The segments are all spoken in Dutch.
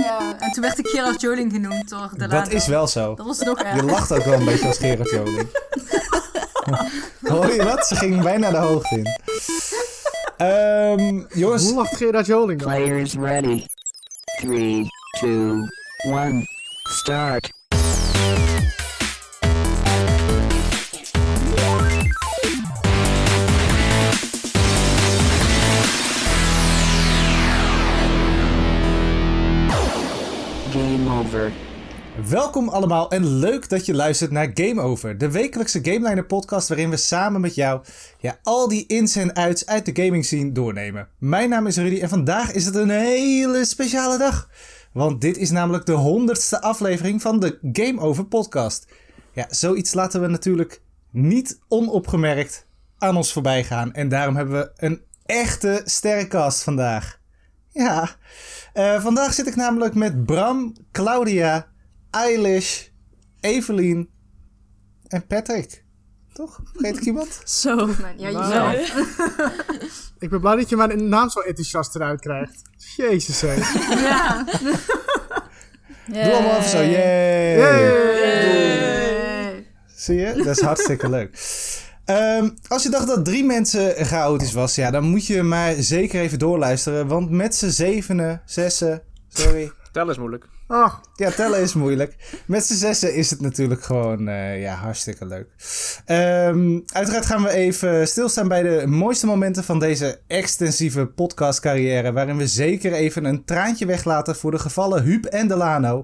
ja. En toen werd ik Gerard Joling genoemd door Delano. Dat is wel zo. Dat was het ook erg. Je lacht ook wel een beetje als Gerard Joling. Hoor je dat? Ze ging bijna de hoogte in. Jongens. Hoe lacht Gerard Joling dan? Players ready. 3, 2, 1, start. Game over. Welkom allemaal en leuk dat je luistert naar Game Over, de wekelijkse GameLiner podcast waarin we samen met jou al die ins en outs uit de gaming scene doornemen. Mijn naam is Rudy en vandaag is het een hele speciale dag, want dit is namelijk de 100ste aflevering van de Game Over podcast. Ja, zoiets laten we natuurlijk niet onopgemerkt aan ons voorbij gaan en daarom hebben we een echte sterrencast vandaag. Ja, vandaag zit ik namelijk met Bram, Claudia, Eilish, Evelien en Patrick. Toch? Vergeet ik iemand? Zo. Ja, jezelf. Ik ben blij dat je mijn naam zo enthousiast eruit krijgt. Jezus, hé. Ja. Doe allemaal even zo. Yay! Yay. Zie je? Dat is hartstikke leuk. Als je dacht dat 3 mensen chaotisch was, ja, dan moet je maar zeker even doorluisteren. Want met z'n 6, sorry. Tellen is moeilijk. Oh. Ja, tellen is moeilijk. Met z'n 6 is het natuurlijk gewoon hartstikke leuk. Uiteraard gaan we even stilstaan bij de mooiste momenten van deze extensieve podcastcarrière. Waarin we zeker even een traantje weglaten voor de gevallen Huub en Delano.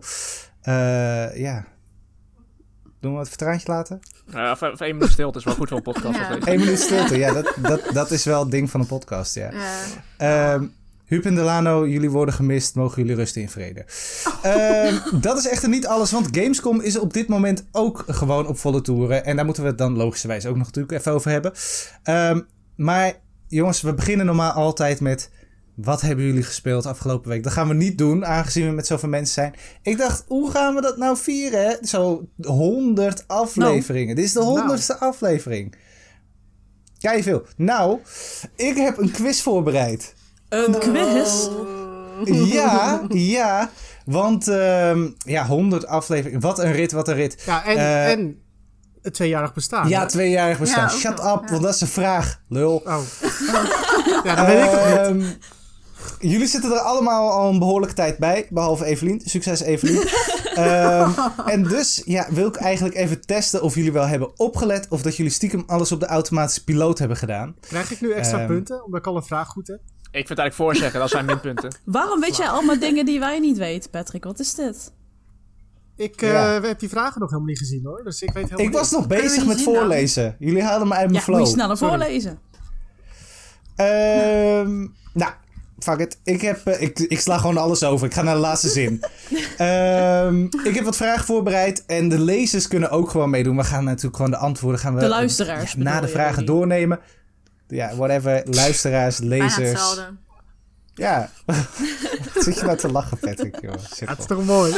Doen we het een traantje laten? Even 1 minuut stilte is wel goed voor een podcast. Ja. 1 minuut stilte, ja, dat is wel het ding van een podcast, ja. Huub en Delano, jullie worden gemist. Mogen jullie rusten in vrede. Dat is echter niet alles, want Gamescom is op dit moment ook gewoon op volle toeren. En daar moeten we het dan logischerwijs ook nog natuurlijk even over hebben. Maar jongens, we beginnen normaal altijd met... Wat hebben jullie gespeeld afgelopen week? Dat gaan we niet doen, aangezien we met zoveel mensen zijn. Ik dacht, hoe gaan we dat nou vieren? Hè? Zo 100 afleveringen. Dit is de 100ste aflevering. Kijk veel. Nou, ik heb een quiz voorbereid. Een quiz? Ja. Want 100 afleveringen. Wat een rit. Ja, en het 2-jarig bestaan. Ja, hè? 2-jarig bestaan. Ja, Shut wel, up, ja. want dat is een vraag. Lul. Oh. Ja, dat weet ik toch niet. Jullie zitten er allemaal al een behoorlijke tijd bij, behalve Evelien. Succes, Evelien. En dus wil ik eigenlijk even testen of jullie wel hebben opgelet... of dat jullie stiekem alles op de automatische piloot hebben gedaan. Krijg ik nu extra punten, omdat ik al een vraag goed heb? Ik vind het eigenlijk voorzeggen, dat zijn minpunten. Waarom weet jij allemaal dingen die wij niet weten, Patrick? Wat is dit? Ik heb die vragen nog helemaal niet gezien, hoor. Dus ik weet helemaal Ik was nog Kunnen we bezig niet met zien dan? voorlezen. Jullie haalden me uit mijn Ja, flow. moet je sneller Sorry. voorlezen. Nou, fuck it. Ik sla gewoon alles over. Ik ga naar de laatste zin. Ik heb wat vragen voorbereid. En de lezers kunnen ook gewoon meedoen. We gaan natuurlijk gewoon de antwoorden... De luisteraars na bedoel de je, vragen Rudy? doornemen. Ja, whatever. Luisteraars, Bijna lezers. hetzelfde. Ja. Wat zit je nou te lachen, Patrick? Joh. Ja, het is toch mooi?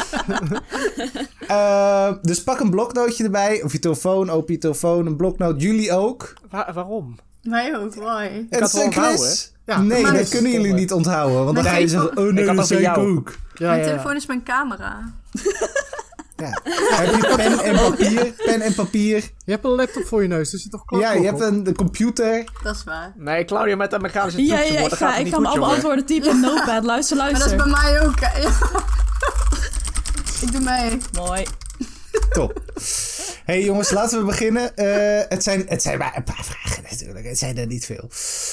Dus pak een bloknootje erbij. Of je telefoon, open je telefoon. Een bloknoot. Jullie ook. Waarom? Mij ook, why? Het had is een het wel quiz. onthouden, Ja, Nee, maar dat is kunnen jullie stom, hè. niet onthouden. Want dan Mijn ga je telefoon- zeggen... Oh nee, Ik had dat dat zei voor ik jou. ook. Ja, Mijn ja. telefoon is mijn camera. Ja. Heb je pen en papier? Pen en papier. Je hebt een laptop voor je neus, dus je toch klaar. Ja, je hebt een computer. Dat is waar. Nee, Claudia met dat mechanische Ja, toetsenbord, dat gaat ik niet kan goed, allemaal jongen. antwoorden typen in Notepad. Luister. Maar dat is bij mij ook. Hè. Ja. Ik doe mee. Mooi. Top. Hey jongens, laten we beginnen. Het zijn maar een paar vragen natuurlijk. Het zijn er niet veel.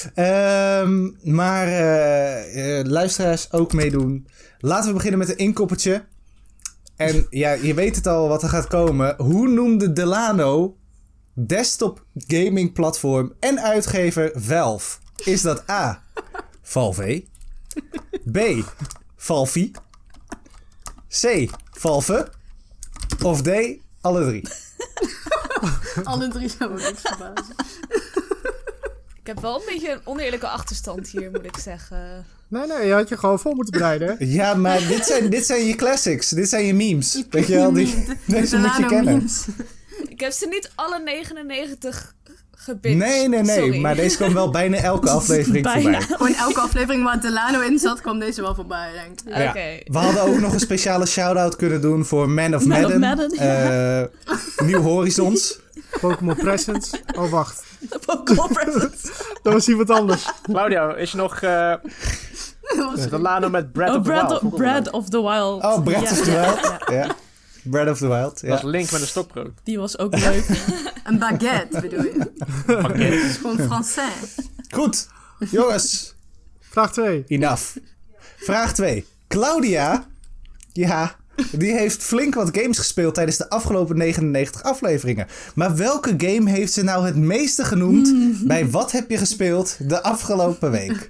Maar luisteraars ook meedoen. Laten we beginnen met een inkoppertje. En ja, je weet het al wat er gaat komen. Hoe noemde Delano desktop gaming platform en uitgever Valve? Is dat A, Valve, B, Valve, C, Valve of D, alle 3? Alle 3 zou me niks verbazen. Ik heb wel een beetje een oneerlijke achterstand hier, moet ik zeggen. Nee, je had je gewoon voor moeten bereiden. Ja, maar dit zijn je classics. Dit zijn je memes. Weet je wel, deze moet je kennen. Memes. Ik heb ze niet alle 99 gebinged. Nee. Sorry. Maar deze kwam wel bijna elke aflevering Bijna. voorbij. Gewoon elke aflevering waar Delano in zat, kwam deze wel voorbij, denk ik. Ja. Oké. We hadden ook nog een speciale shout-out kunnen doen voor Man of Man of Madden. Madden, Nieuw Horizons. Pokémon Presents. Oh, wacht. Pokémon Presents. Dat was iemand anders. Claudio, is je nog Delano met Breath Oh, of the Wild? Vond ik ook wel Breath leuk. of the Wild. Oh, Breath Ja, of the ja, Wild. ja. Ja. Breath of the Wild. Dat was Ja. Link met een stokbrood. Die was ook leuk. Een baguette, bedoel je? Het is gewoon Français. Goed. Jongens. Vraag 2. Enough. Vraag 2. Claudia. Ja. Die heeft flink wat games gespeeld tijdens de afgelopen 99 afleveringen. Maar welke game heeft ze nou het meeste genoemd bij wat heb je gespeeld de afgelopen week?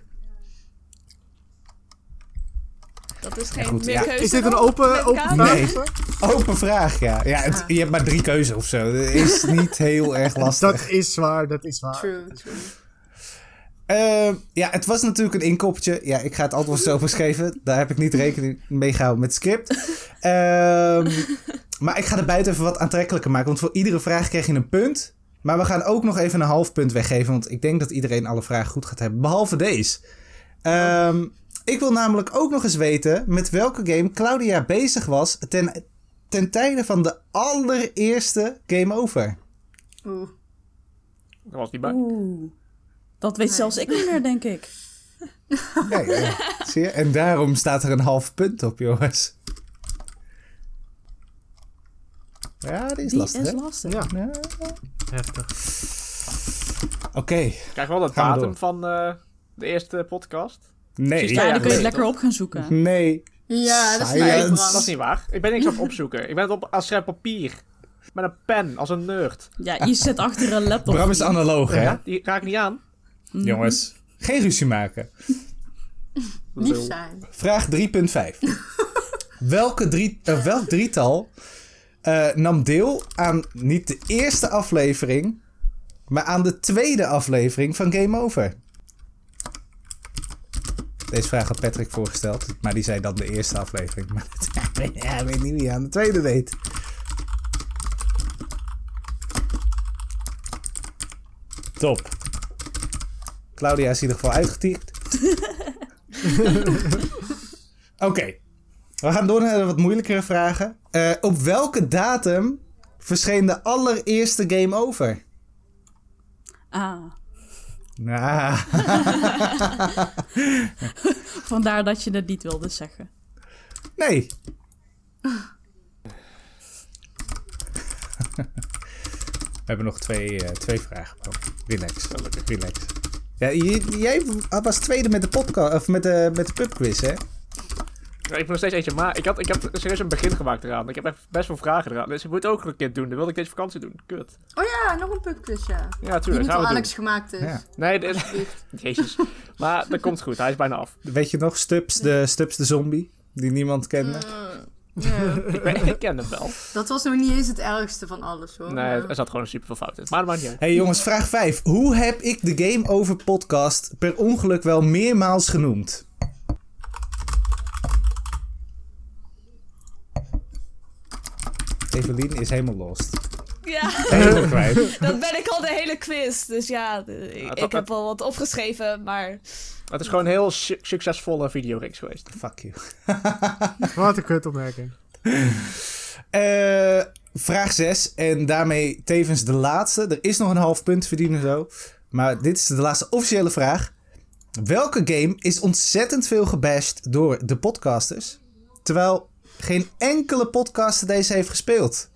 Dat is geen goed, meer ja. keuze Is dit een dan? open Met vraag? kamer? Nee. Open vraag, ja. Je hebt maar 3 keuzes of zo. Dat is niet heel erg lastig. Dat is waar. True. Ja, het was natuurlijk een inkoppertje. Ja, ik ga het antwoord zo beschrijven. Daar heb ik niet rekening mee gehouden met het script. Maar ik ga er buiten even wat aantrekkelijker maken. Want voor iedere vraag krijg je een punt. Maar we gaan ook nog even een half punt weggeven. Want ik denk dat iedereen alle vragen goed gaat hebben. Behalve deze. Ik wil namelijk ook nog eens weten met welke game Claudia bezig was ten tijde van de allereerste Game Over. Oeh. Dat was niet bij. Oeh. Dat weet zelfs ik niet meer, denk ik. Ja. Zie je? En daarom staat er een half punt op, jongens. Ja, die is Die lastig, is hè? lastig. Ja, Ja. heftig. Oké. Krijg wel de Gaan we datum door. van de eerste podcast? Nee. Precies, Ja, Ja, dan kun je het nee, lekker op gaan zoeken. Nee. Ja, dat is Silence. leuk, Dat is niet waar. Ik ben niks aan het opzoeken. Ik ben het aan het schrijven papier. Met een pen, als een nerd. Ja, je zit achter een laptop. Bram is analoog, hè? Ja, die raak ik niet aan. Jongens, geen ruzie maken. Lief zijn. Vraag 3.5. Welk drietal nam deel aan niet de eerste aflevering, maar aan de tweede aflevering van Game Over? Deze vraag had Patrick voorgesteld, maar die zei dan de eerste aflevering. Maar ik weet niet wie aan de tweede deed. Top. Claudia is in ieder geval uitgetypt. Oké. We gaan door naar de wat moeilijkere vragen. Op welke datum verscheen de allereerste Game Over? Ah, Nou, vandaar dat je het niet wilde zeggen. nee. We hebben nog twee vragen. Oh, relax. Ja, jij was tweede met de podcast of met de pubquiz, hè? Ja, ik moet nog steeds eentje maar. Ik heb serieus een begin gemaakt eraan. Ik heb echt best wel vragen eraan. Dus ik moet het ook een keer doen. Dat wilde ik deze vakantie doen. Kut. Oh ja, nog een pubquiz, ja. Ja, Die tuurlijk. niet Gaan door we Alex doen. gemaakt is. Ja. Nee, Jezus. Maar dat komt goed. Hij is bijna af. Weet je nog Stubbs de zombie? Die niemand kende? Ja. Ik ken hem wel. Dat was nog niet eens het ergste van alles, hoor. Nee, er zat gewoon super veel fout in. Maar dat maakt niet uit. Hey jongens, vraag 5. Hoe heb ik de Game Over podcast per ongeluk wel meermaals genoemd? Evelien is helemaal lost. Ja, Helemaal kwijt. dat ben ik al de hele quiz. Dus ja, ik heb wel wat opgeschreven, maar... Het is gewoon een heel succesvolle videoreeks geweest. Fuck you. Wat een kutopmerking. Vraag 6. En daarmee tevens de laatste. Er is nog een half punt te verdienen zo. Maar dit is de laatste officiële vraag. Welke game is ontzettend veel gebashed door de podcasters, terwijl geen enkele podcaster deze heeft gespeeld?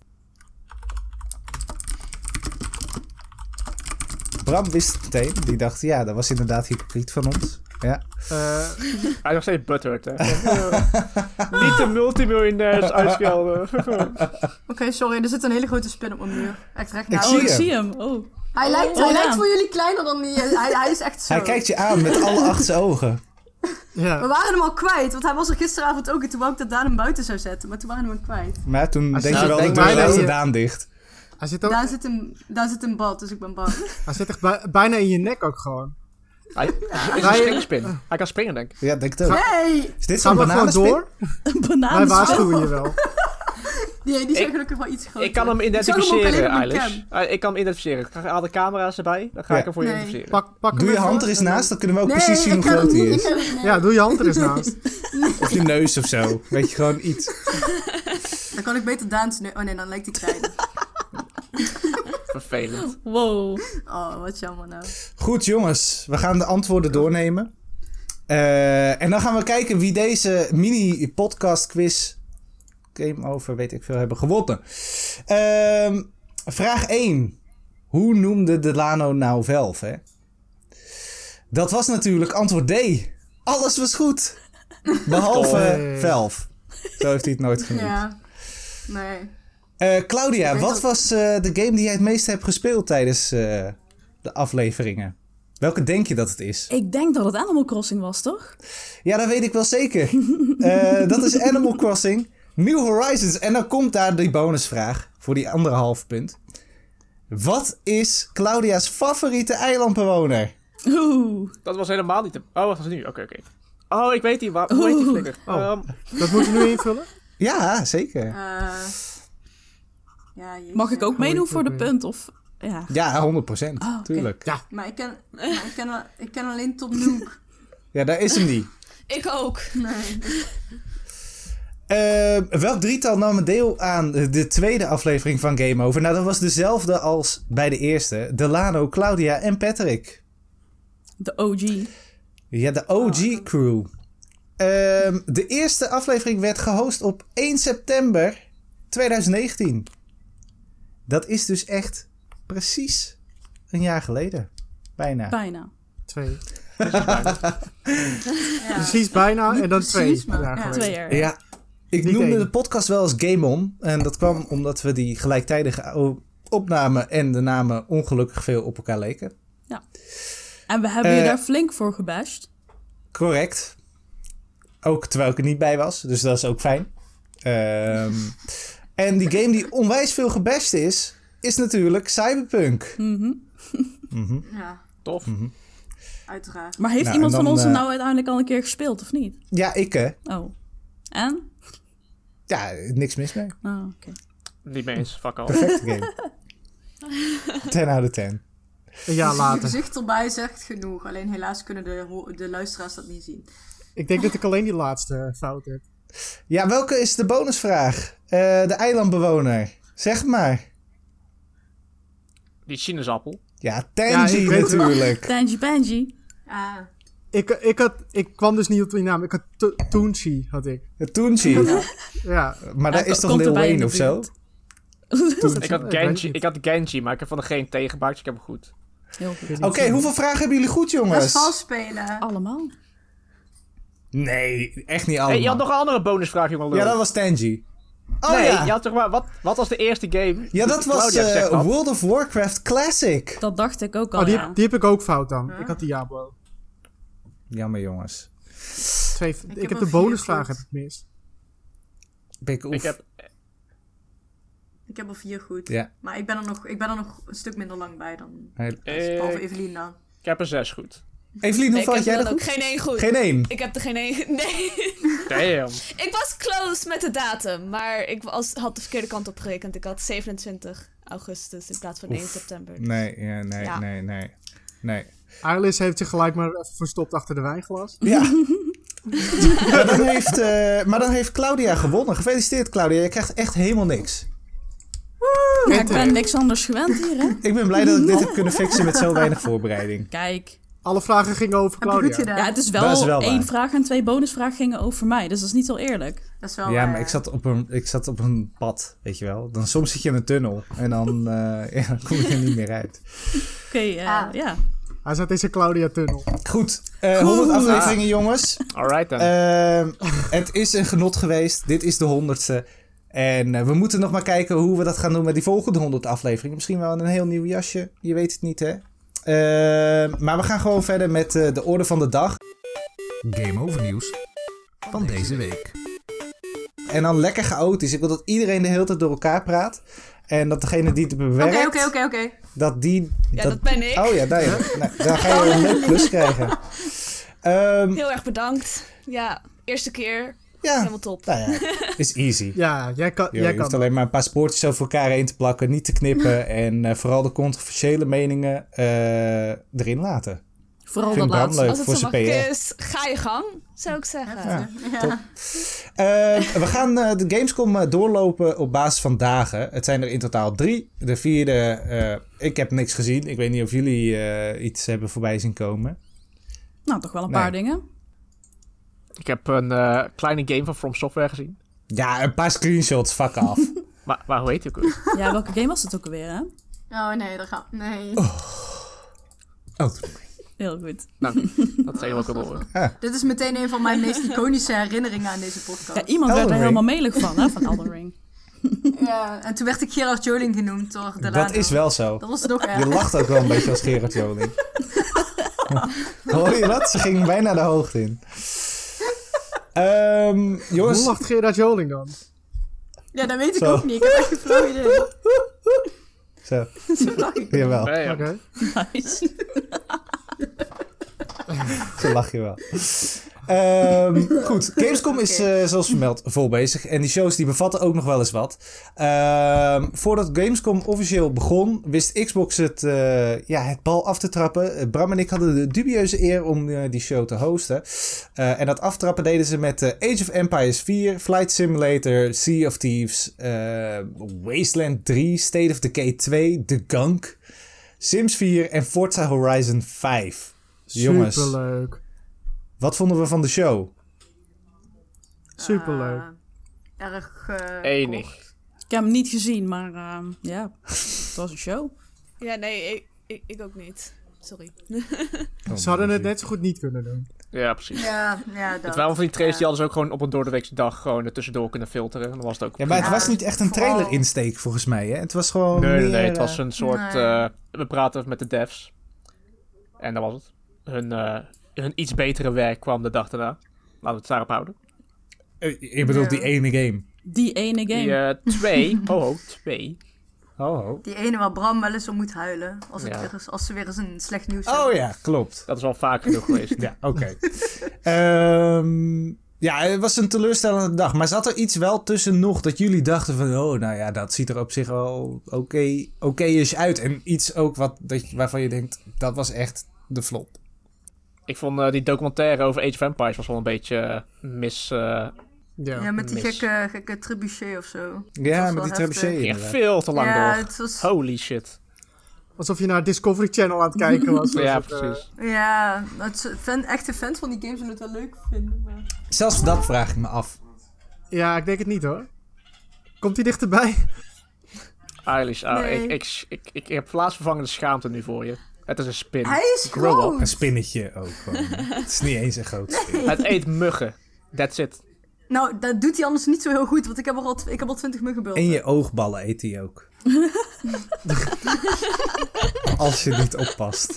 Bram wist het meteen. Die dacht, ja, dat was inderdaad hypocriet van ons. Ja. Hij is nog steeds butthurt, hè. Niet de multimiljonairs uitschelden. Oké, sorry, er zit een hele grote spin op mijn muur. Echt recht Ik naast zie me. Ik hem. zie hem. Oh. Hij lijkt ja. voor jullie kleiner dan die. Hij is echt zo. Hij kijkt je aan met alle 8 ogen. We Ja. waren hem al kwijt, want hij was er gisteravond ook. En toen wou ik dat Daan hem buiten zou zetten, maar toen waren we hem al kwijt. Maar toen Als denk je je nou wel, de denkt, deur bijna laat je- Daan dicht. Hij zit, ook, Daar zit een bad, dus ik ben bang. hij zit echt bijna in je nek ook gewoon. Hij is een springspin. Hij kan springen, denk ik. Ja, denk het ook. Hey! Is dit Gaan zo'n we gewoon bananenspin? door? Een Wij banaan. waarschuwen je wel. Die zijn gelukkig wel iets groter. Ik kan hem Ik zag hem ook identificeren, alleen op mijn Eilish. Ik kan hem identificeren. Ik haal de camera's erbij, dan ga ik hem voor je Nee. identificeren. Pak Doe hem je even hand er eens en dan- naast, dan kunnen we ook Nee, precies zien ik hoe kan groot hem hij niet- is. ik kan hem- nee. Ja, doe je hand er eens naast. Of je neus of zo. Weet je, gewoon iets. Dan kan ik beter Daans... Oh nee, dan lijkt hij kleiner. Vervelend. Wow. Oh, wat jammer nou. Goed jongens, we gaan de antwoorden doornemen. En dan gaan we kijken wie deze mini-podcast quiz... Game Over, weet ik veel, hebben gewonnen. Vraag 1. Hoe noemde Delano nou Valve, hè? Dat was natuurlijk antwoord D. Alles was goed. Behalve Valve. Zo heeft hij het nooit genoemd. Ja. Nee. Claudia, Ik denk wat dat- was de game die jij het meeste hebt gespeeld tijdens de afleveringen? Welke denk je dat het is? Ik denk dat het Animal Crossing was, toch? Ja, dat weet ik wel zeker. Dat is Animal Crossing New Horizons. En dan komt daar die bonusvraag voor die 1,5 punt. Wat is Claudia's favoriete eilandbewoner? Oeh. Dat was helemaal niet... Oh, wat was het nu? Oké. Oh, ik weet die. Hoe heet die flikker? Oh. Dat moet je nu invullen? Ja, zeker. Ja, jeetje. Mag ik ook meedoen voor de ook punt? Of... Ja. Ja, 100%. oké. Tuurlijk. Ja. Maar ik ken alleen Top Nook. Ja, daar is hem niet. Ik ook. Nee. Welk drietal nam deel aan de tweede aflevering van Game Over? Nou, dat was dezelfde als bij de eerste. Delano, Claudia en Patrick. De OG. Ja, de OG crew. De eerste aflevering werd gehost op 1 september 2019. Dat is dus echt precies een jaar geleden. Bijna. Bijna. 2. Ja. Precies bijna en dan Niet 2 precies, maar jaar ja. geleden. 2 jaar. Ja, ik Niet noemde één. de podcast wel als Game On. En dat kwam omdat we die gelijktijdige opnamen en de namen ongelukkig veel op elkaar leken. En we hebben je daar flink voor gebashed. Correct. Ook terwijl ik er niet bij was, dus dat is ook fijn. En die game die onwijs veel gebashed is natuurlijk Cyberpunk. Ja, Tof. uiteraard. Maar heeft Nou, iemand en van dan, ons er nou uiteindelijk al een keer gespeeld, of niet? Ja, ik hè. Oh. En? Ja, niks mis mee. Oh, oké. Niet mee eens. Fuck al. Perfecte game. 10 out of 10. Een jaar Je later. gezicht erbij zegt genoeg. Alleen helaas kunnen de luisteraars dat niet zien. Ik denk dat ik alleen die laatste fout heb. Ja, welke is de bonusvraag? De eilandbewoner. Zeg maar. Die sinaasappel. Ja, Tangy ik weet het. natuurlijk. Tangy Pangy. Ah, Ik kwam dus niet op die naam. Ik had Toonchi, had ik. Toonchi. Ja. Maar dat Ja, is toch komt Lil erbij in Wayne de of zo? buurt. Ik had Genji, maar ik heb van de geen tegengemaakt, dus ik heb hem goed. Heel goed. Oké, hoeveel vragen hebben jullie goed, dat is jongens? vals spelen. Allemaal. Nee, echt niet allemaal. Hey, je had nog een andere bonusvraag, jongen. lul. Ja, dat was Tangy. Oh nee, ja. je had toch maar... Wat was de eerste game? Ja, dat was Claudia zegt dat. World of Warcraft Classic. Dat dacht ik ook al, Oh, ja. die heb ik ook fout dan. Ik had Diablo. Jammer, jongens. Ik heb heb er de 4 bonusvraag goed. heb ik mis. Bik oef. Ik heb... Ik heb er 4 goed. Ja. Maar ik ben er nog een stuk minder lang bij dan... Hey. Behalve Evelien dan. Ik heb er 6 goed. Evelien, Ik hoeveel had heb jij dan er ook goed? geen één goed. Geen één. Ik heb er geen één... Nee. Damn. Ik was close met de datum, maar ik had de verkeerde kant op gerekend. Ik had 27 augustus in plaats van 1 september. Nee, ja, nee, Ja. nee. Alice heeft zich gelijk maar even verstopt achter de wijnglas. Ja. Maar dan heeft Claudia gewonnen. Gefeliciteerd, Claudia. Je krijgt echt helemaal niks. Ja, ik ben niks anders gewend hier, hè. Ik ben blij dat ik dit heb kunnen fixen met zo weinig voorbereiding. Kijk. Alle vragen gingen over Heb je goed Claudia. gedaan? Ja, het is Dat is wel wel 1 waar. vraag en 2 bonusvragen gingen over mij. Dus dat is niet heel eerlijk. Dat is wel... Ja, maar ik zat op een pad, weet je wel. Dan soms zit je in een tunnel en dan, dan kom je er niet meer uit. Oké, Ah. ja. Hij zat in zijn Claudia-tunnel. Goed, 100 afleveringen, jongens. Alright dan. Het is een genot geweest. Dit is de 100ste. En we moeten nog maar kijken hoe we dat gaan doen met die volgende 100 afleveringen. Misschien wel in een heel nieuw jasje. Je weet het niet, hè? Maar we gaan gewoon verder met de orde van de dag. Game Over nieuws van deze week. En dan lekker chaotisch. Ik wil dat iedereen de hele tijd door elkaar praat. En dat degene die het bewerkt... Oké. Dat die... Ja, dat ben ik. Oh ja, daar ja. Nou, dan ga je een leuk plus krijgen. Heel erg bedankt. Ja, eerste keer. Ja, Helemaal top. nou ja, is easy. Ja, jij kan. Je hoeft alleen maar een paar spoortjes over elkaar heen te plakken, niet te knippen en vooral de controversiële meningen erin laten. Vooral Vind dat Bram laatste. leuk Als het voor zo zijn makkelijk PR. is, ga je gang, zou ik zeggen. Ja. Ja. Top. We gaan de Gamescom doorlopen op basis van dagen. Het zijn er in totaal 3. De 4e, ik heb niks gezien. Ik weet niet of jullie iets hebben voorbij zien komen. Nou, toch wel een Nee. paar dingen. Ik heb een kleine game van From Software gezien. Ja, een paar screenshots, fuck af. Maar hoe heet die ook weer? Ja, welke game was het ook alweer, hè? Oh nee, dat gaat... Nee. Oh, Heel goed. Nou, dat is helemaal wel horen. Dit is meteen een van mijn meest iconische herinneringen aan deze podcast. Ja, iemand werd Elden er Ring. helemaal melig van, hè, van Elden Ring. Ja, en toen werd ik Gerard Joling genoemd door Delano. dat is wel zo. Dat was nog Je erg. lacht ook wel een beetje als Gerard Joling. Hoor je dat? Ze ging bijna de hoogte in. Hoe Jongens, lacht Gerard Joling dan? Ja, dat weet ik Zo. ook niet. Ik heb echt een flauw idee. zo. Zo lach ik. Jawel, Nee, ja. Oké. Nice. zo lach je wel. Goed, Gamescom is zoals vermeld vol bezig. En die shows die bevatten ook nog wel eens wat. Voordat Gamescom officieel begon, wist Xbox het bal af te trappen. Bram en ik hadden de dubieuze eer om die show te hosten. En dat aftrappen deden ze met Age of Empires 4, Flight Simulator, Sea of Thieves, Wasteland 3, State of Decay 2, The Gunk, Sims 4 en Forza Horizon 5. Jongens, Superleuk. wat vonden we van de show? Superleuk. Erg... Enig. Ik heb hem niet gezien, maar ja, het was een show. Ja, nee, ik ook niet. Sorry. Ze hadden het net zo goed niet kunnen doen. Ja, precies. Ja, dat. Het waren van die trailers die hadden ze ook gewoon op een doordeweekse dag gewoon er tussendoor kunnen filteren. Dan was het ook... Ja, maar het Ja, was niet echt een vooral- trailer insteek volgens mij, hè? Het was gewoon Nee, meer, het was een soort... Nee. we praten met de devs. En dat was het. Hun iets betere werk kwam de dag daarna. Laten we het daarop houden. Ik bedoel, Ja. die ene game. Die ene game. Die 2... twee. Die ene waar Bram wel eens om moet huilen. Als, het Ja. weer eens, als ze weer eens een slecht nieuws hebben. Oh ja, klopt. Dat is al vaak genoeg geweest. Ja, oké. Ja, het was een teleurstellende dag. Maar zat er iets wel tussen nog dat jullie dachten van... Oh, nou ja, dat ziet er op zich wel oké-ish uit. En iets ook waarvan je denkt, dat was echt de flop. Ik vond die documentaire over Age of Empires was wel een beetje Ja, met die mis. gekke trebuchet of zo. Ja, was met wel die trebuchet ging echt inderdaad. veel te lang Ja, door. het was... Holy shit. Alsof je naar Discovery Channel aan het kijken was. Ja, Was het, precies. Ja, echte fans van die games zullen het wel leuk vinden. Maar... Zelfs dat vraag ik me af. Ja, ik denk het niet hoor. Komt hij dichterbij? Eilish, Nee. ik heb plaatsvervangende schaamte nu voor je. Het is een spin. Hij is Grow up. Een groot! spinnetje ook gewoon. Het is niet eens een groot spin. Het eet muggen. That's it. Nou, dat doet hij anders niet zo heel goed, want ik heb al 20 muggenbulten. En je oogballen eet hij ook. Als je niet oppast.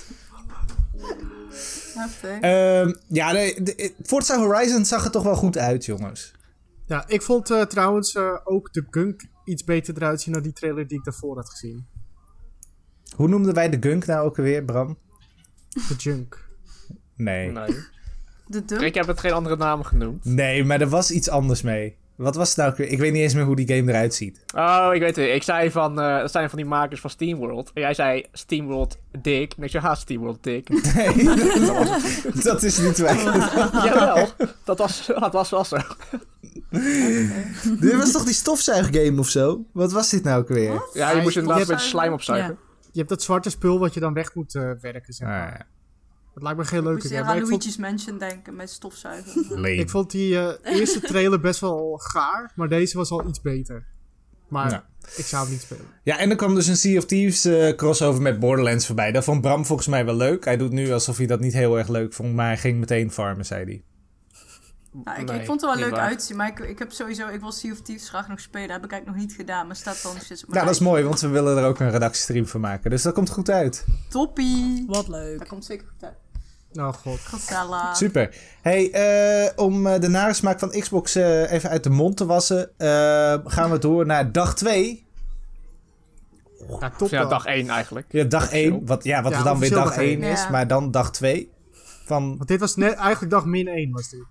Heftig. Ja, Forza Horizon zag er toch wel goed uit, jongens. Ja, ik vond trouwens ook de Gunk iets beter eruit zien dan die trailer die ik daarvoor had gezien. Hoe noemden wij de Gunk nou ook alweer, Bram? De Junk. Nee. Nee. De dump. Ik heb het geen andere naam genoemd. Nee, maar er was iets anders mee. Wat was het nou ook weer? Ik weet niet eens meer hoe die game eruit ziet. Oh, ik weet het. Ik zei van, dat zijn van die makers van SteamWorld. En jij zei SteamWorld Dick. En ik zei, SteamWorld Dick. Nee, dat is niet waar. Jawel, dat was wel zo. Dit was toch die stofzuiggame of zo? Wat was dit nou ook weer? Ja, je moest inderdaad Je een beetje slijm opzuigen. Ja. Je hebt dat zwarte spul wat je dan weg moet werken, zeg maar. Ah, ja. Dat lijkt me geen Ik leuke moest game. weer Maar aan ik vond, Luigi's Mansion denken met stofzuigen. Lame. ik vond die eerste trailer best wel gaar, maar deze was al iets beter. Maar Ja. ik zou hem niet spelen. Ja, en er kwam dus een Sea of Thieves crossover met Borderlands voorbij. Dat vond Bram volgens mij wel leuk. Hij doet nu alsof hij dat niet heel erg leuk vond, maar hij ging meteen farmen, zei hij. Nou, ik Nee, vond het er wel niet leuk waar. uitzien, maar ik heb sowieso... Ik wil Sea of Thieves graag nog spelen. Dat heb ik eigenlijk nog niet gedaan, maar staat dan steeds op mijn Nou, dat is lijstje. mooi, want we willen er ook een redactiestream van maken. Dus dat komt goed uit. Toppie! Wat leuk. Dat komt zeker goed uit. Oh god. Gezellig. Super. Hey, om de nare smaak van Xbox even uit de mond te wassen, gaan we door naar dag 2. Ja, top Of ja, dan. dag 1 eigenlijk. Ja, dag 1. Officieel. Wat Ja, we dan weer officieel dag dag 1 één. is, Ja. maar dan dag 2. Van... Want dit was net eigenlijk dag -1 was dit.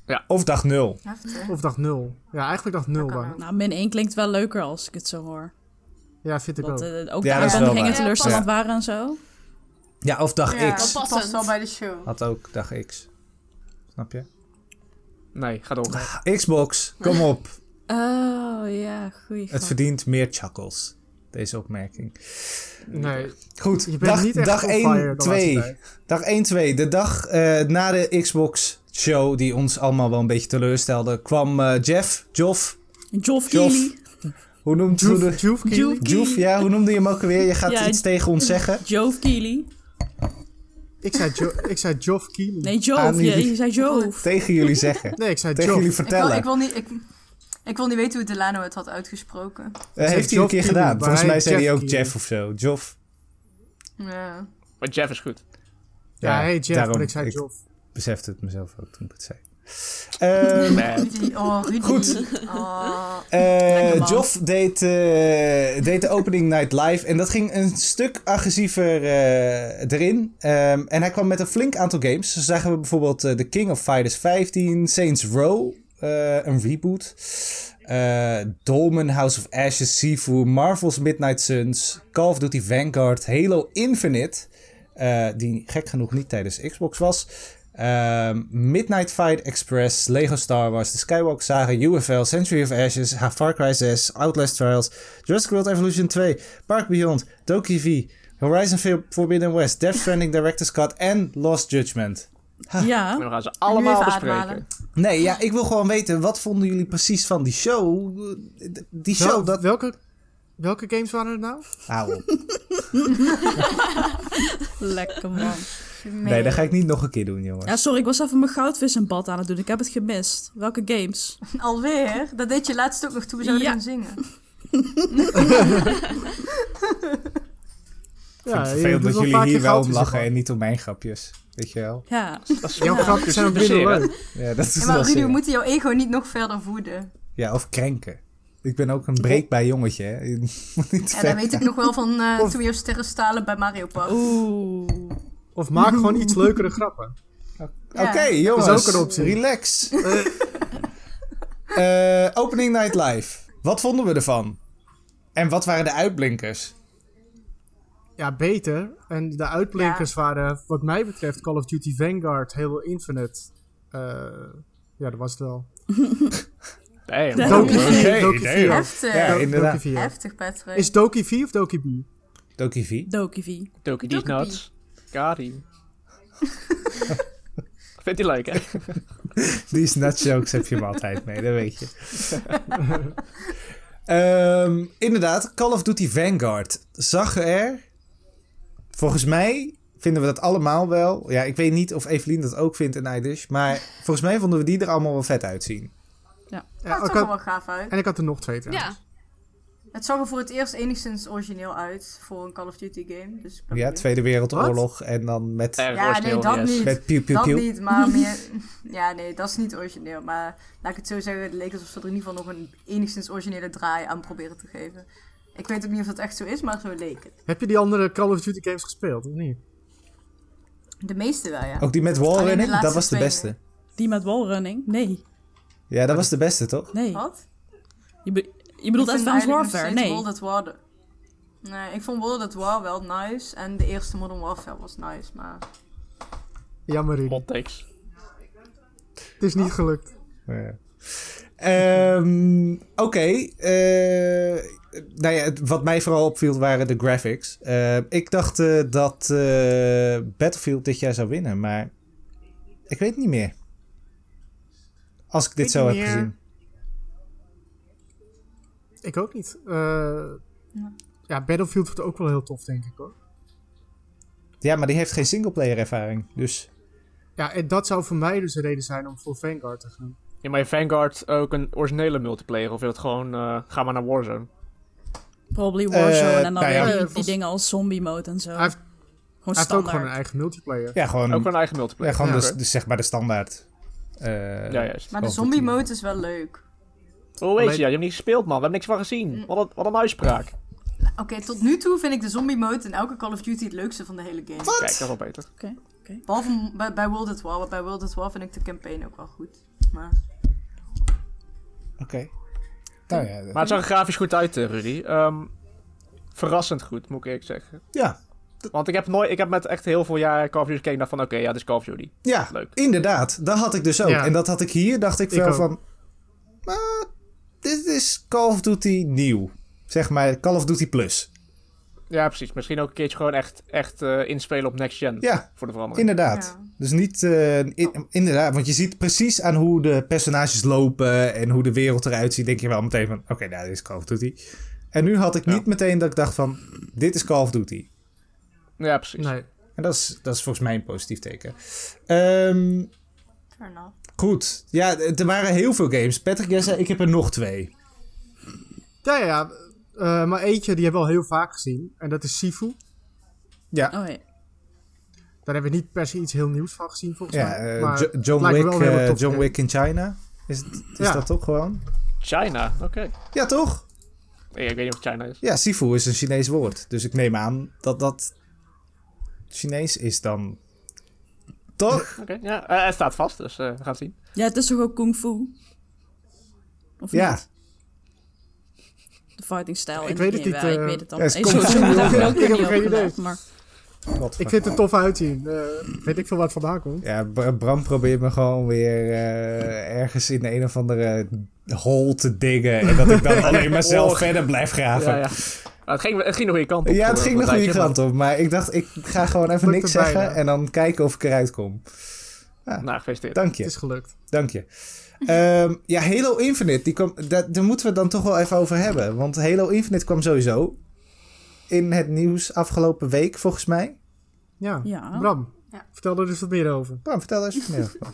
Of dag 0. Heftig. Of dag 0. Ja, eigenlijk dag 0 Dat kan dan. ook. Nou, min 1 klinkt wel leuker als ik het zo hoor. Ja, vind ik Dat ook. ook Ja, de dat is wel uitzendingen waar. teleurstellend Ja. waren en zo. Ja, of dag Ja, X. dat past wel bij de show. Had ook dag X. Snap je? Nee, ga door. Xbox, kom op. Oh, ja, goeie Het grap. verdient meer chuckles. Deze opmerking. Nee, Goed, je bent niet echt dag on fire 1, de laatste 2. tijd. Dag 1, 2. De dag na de Xbox show, die ons allemaal wel een beetje teleurstelde, kwam Geoff Geoff Keighley. Hoe noemt Joef hoe Keighley? Geoff, ja, hoe noemde je hem ook alweer? Je gaat Ja, iets tegen ons zeggen. Geoff Keighley. Ik zei Geoff Keighley. Nee, Geoff. Ah, nee. Je zei Geoff. Tegen jullie zeggen. Nee, ik zei Tegen Geoff. jullie vertellen. Ik wil niet weten hoe Delano het had uitgesproken. Heeft hij een Geoff keer Keighley, gedaan. maar Volgens mij zei hij Jeff ook Keighley. Jeff of zo. Geoff. Ja. Maar Jeff is goed. Ja, hey Jeff, daarom, maar ik zei Geoff. besefte het mezelf ook toen ik het zei. Rudy. Oh, Rudy. Goed. Oh. Lekker man. Geoff deed de opening night live. En dat ging een stuk agressiever erin. En hij kwam met een flink aantal games. Zo zagen we bijvoorbeeld The King of Fighters 15. Saints Row. Een reboot. Dolmen, House of Ashes, Sifu. Marvel's Midnight Suns. Call of Duty Vanguard. Halo Infinite. Die gek genoeg niet tijdens Xbox was. Midnight Fight Express, Lego Star Wars, The Skywalker Saga, UFL, Century of Ashes, Far Cry 6, Outlast Trials, Jurassic World Evolution 2, Park Beyond, Doki V, Horizon Forbidden West, Death Stranding Director's Cut en Lost Judgment. Ja. En we gaan ze allemaal even bespreken. ademhalen. Nee, ja, ik wil gewoon weten, wat vonden jullie precies van die show? Die show, dat... Welke games waren er nou? Auw. Lekker man. Nee, dat ga ik niet nog een keer doen, jongens. Ja, sorry, ik was even mijn goudvis in bad aan het doen. Ik heb het gemist. Welke games? Alweer? Dat deed je laatst ook nog toen we zouden Ja. gaan zingen. Ik vind het je vervelend doet dat jullie vaak je hier wel om goudvis lachen in, en niet om mijn grapjes. Weet je wel? Ja. Jouw grapjes zijn ook minder leuk. Ja, dat is Ja, wel maar Rudy, we zeer. moeten jouw ego niet nog verder voeden. Ja, of krenken. Ik ben ook een breekbaar jongetje, hè. Je moet niet Ja, ver dat weet ik gaan. nog wel van toen we jouw sterren stalen bij Mario Party. Oeh. Of maak gewoon iets leukere grappen. Ja. Oké, jongens. Dat is ook een optie. Relax. Opening Night Live. Wat vonden we ervan? En wat waren de uitblinkers? Ja, beter. En de uitblinkers waren, wat mij betreft, Call of Duty Vanguard, Halo Infinite. Ja, dat was het wel. Damn. Doki Oké, 4. Doki damn. 4. Heftig. Ja, inderdaad. Doki 4. Heftig, Patrick. Is Doki 4 of Doki B? Doki V. Doki V. Doki die Doki. nuts. Kari. Vindt hij leuk, hè? Die nutjokes heb je hem altijd mee, dat weet je. Inderdaad, Call of Duty Vanguard zag er... Volgens mij vinden we dat allemaal wel. Ja, ik weet niet of Evelien dat ook vindt en Aidish. Maar volgens mij vonden we die er allemaal wel vet uitzien. Ja, Ja, het ik zag er had- wel gaaf uit. en ik had er nog 2 trouwens. Ja, Het zag er voor het eerst enigszins origineel uit voor een Call of Duty game. Dus ik ben Ja, benieuwd. Tweede Wereldoorlog en dan met... Ja, nee, dat niet. Met piu piu Dat piu. niet, maar meer... Ja, nee, dat is niet origineel. Maar laat ik het zo zeggen, het leek alsof ze er in ieder geval nog een enigszins originele draai aan proberen te geven. Ik weet ook niet of dat echt zo is, maar zo leek het. Heb je die andere Call of Duty games gespeeld, of niet? De meeste wel, ja. Ook die met Alleen de wallrunning, laatste dat was de twee, beste. Die met wallrunning? Nee. Ja, dat was de beste, toch? Nee. Wat? Je bedoelt Ik vind Advanced eigenlijk nog Warfare? steeds Nee. World at War Nee, ik vond World at War wel nice. En de eerste Modern Warfare was nice, maar... Jammer, Rudy. Hot takes. Het is niet gelukt. Ja. Oké. Nou ja, wat mij vooral opviel waren de graphics. Ik dacht dat Battlefield dit jaar zou winnen, maar ik weet het niet meer. Als ik dit zo heb gezien. Ik ook niet. Ja, Battlefield wordt ook wel heel tof, denk ik, hoor. Ja, maar die heeft geen singleplayer ervaring, dus... Ja, en dat zou voor mij dus een reden zijn om voor Vanguard te gaan. Ja, maar je Vanguard ook een originele multiplayer? Of wil het gewoon, ga maar naar Warzone? Probably Warzone en dan nou ja, weer die volgens- dingen als zombie mode en zo. Hij heeft, Gewoon hij heeft ook standaard. gewoon een eigen multiplayer. Ja, gewoon, Ook gewoon een eigen multiplayer? gewoon Ja. dus zeg maar de standaard. Ja, juist. Maar de Call of zombie Duty. mode is wel leuk. Hoe weet Maar- je? Ja, je hebt niet gespeeld, man. We hebben niks van gezien. Wat een uitspraak. Oké, tot nu toe vind ik de zombie mode in elke Call of Duty het leukste van de hele game. Kijk, dat is wel beter. Behalve bij World at War. Want bij World at War vind ik de campaign ook wel goed. Maar Oké. Nou ja, Maar het zag er grafisch goed uit, Rudy. Verrassend goed, moet ik eerlijk zeggen. ja. Want ik heb met echt heel veel jaar Call of Duty gekeken en dacht van, oké, ja, dit is Call of Duty. Ja, Leuk. inderdaad. Dat had ik dus ook. Ja. En dat had ik hier, dacht ik Ik wel ook. van... dit is Call of Duty nieuw. Zeg maar Call of Duty Plus. Ja, precies. Misschien ook een keertje gewoon echt inspelen op next gen. Ja, Voor de verandering. inderdaad. Ja. Dus niet... inderdaad, want je ziet precies aan hoe de personages lopen en hoe de wereld eruit ziet. Denk je wel meteen van, oké, nou, dit is Call of Duty. En nu had ik niet meteen dat ik dacht van, dit is Call of Duty. Ja, precies. Nee. En dat is volgens mij een positief teken. fair enough. Goed. Ja, er waren heel veel games. Patrick, jij zei, ik heb er nog 2. Ja. Maar eentje die hebben we al heel vaak gezien. En dat is Sifu. Ja. Oh ja. Daar hebben we niet per se iets heel nieuws van gezien, volgens Ja, mij. Maar het John lijkt me wel een hele Wick, toffe John game. Wick in China. Is Ja. dat toch gewoon? China, oké. Ja, toch? Nee, ik weet niet of het China is. Ja, Sifu is een Chinees woord. Dus ik neem aan dat dat Chinees is dan. Toch? Oké, ja. Het staat vast, dus we gaan het zien. Ja, het is toch ook kung fu? Of Ja. niet? De fighting style. Ik in weet de het game. niet, Ja, ik weet het dan. ja, het is Zo kung fu, heb ik ja. daar ook Ik weer heb niet geen op idee. gelet, maar... Ik vind het er tof uitzien. Weet ik veel waar het vandaan komt. Ja, Bram probeert me gewoon weer ergens in een of andere hole te diggen. En dat ik dan alleen maar zelf verder blijf graven. Ja, ja. Maar het ging de goede kant op. Ja, het voor- ging de voor goede tijdje, kant op. Maar ik dacht, ik ga gewoon even Lukt niks het zeggen. bijna. En dan kijken of ik eruit kom. maar- Nou, gefeliciteerd. Dank Het je. is gelukt. Dank je. Ja, Halo Infinite, daar moeten we het dan toch wel even over hebben. Want Halo Infinite kwam sowieso in het nieuws afgelopen week, volgens mij. Ja. Ja. Bram, Ja. vertel er dus wat meer over. Bram, vertel eens meer over.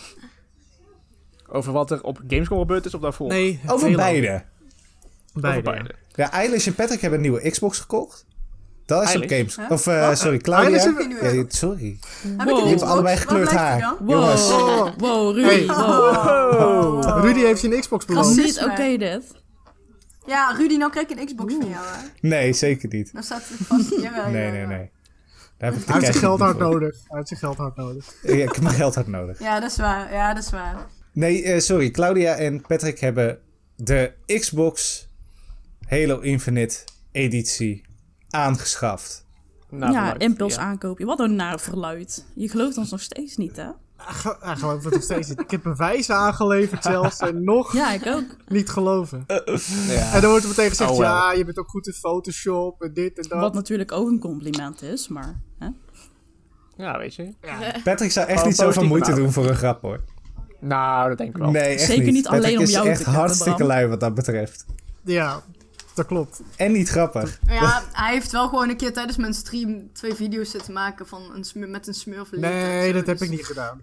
Over wat er op Gamescom gebeurd is of daarvoor? Nee, Over Halo. beide. Over Beide. beide. Ja, Eilish en Patrick hebben een nieuwe Xbox gekocht. Dat is op Eilish? Games. Huh? Of, sorry, Claudia. Eilish heeft- Ja, sorry. Heb ik Wow. een Je hebt Xbox? allebei Wat gekleurd blijft er haar. dan? Jongens. Oh, Wow, Rudy. Hey. Wow. Rudy heeft je een Xbox beloofd. Racisme. Niet oké dit. Ja, Rudy, nou krijg ik een Xbox van jou, hè? Nee, zeker niet. Dan staat het vast. Jawel, Nee, jawel. nee. Daar heb ik de Hij heeft cash zijn geld niet hard voor. nodig. Hij heeft zijn geld hard nodig. Ja, ik heb mijn geld hard nodig. Ja, dat is waar. Ja, dat is waar. Nee, sorry. Claudia en Patrick hebben de Xbox Halo Infinite editie aangeschaft. Nou, Ja, verluid, impuls ja. aankopen. Wat een naar verluid. Je gelooft ons nog steeds niet, hè? Hij gelooft het nog steeds niet. Ik heb bewijzen aangeleverd zelfs en nog Ja, ik ook. niet geloven. Ja. En dan wordt er meteen gezegd, Oh, well. ja, je bent ook goed in Photoshop en dit en dat. Wat natuurlijk ook een compliment is, maar... Hè? Ja, weet je. Patrick zou echt Gewoon niet zoveel positief moeite benaderen. doen voor een grap, hoor. Nou, dat denk ik wel. Nee, echt Zeker niet alleen Patrick om is jou te echt kutten, hartstikke Bram. lui wat dat betreft. Ja, dat klopt. En niet grappig. Ja, hij heeft wel gewoon een keer tijdens mijn stream 2 video's zitten maken van met een smurf. Nee, dat heb ik niet gedaan.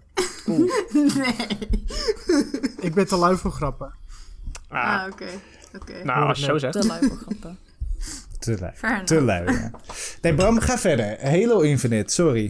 Nee. Ik ben te lui voor grappen. Ah, Ah, oké. nou, als je zo zegt. Te lui voor grappen. Te lui. Fair enough. Te lui, ja. Nee, Bram, ga verder. Halo Infinite, sorry.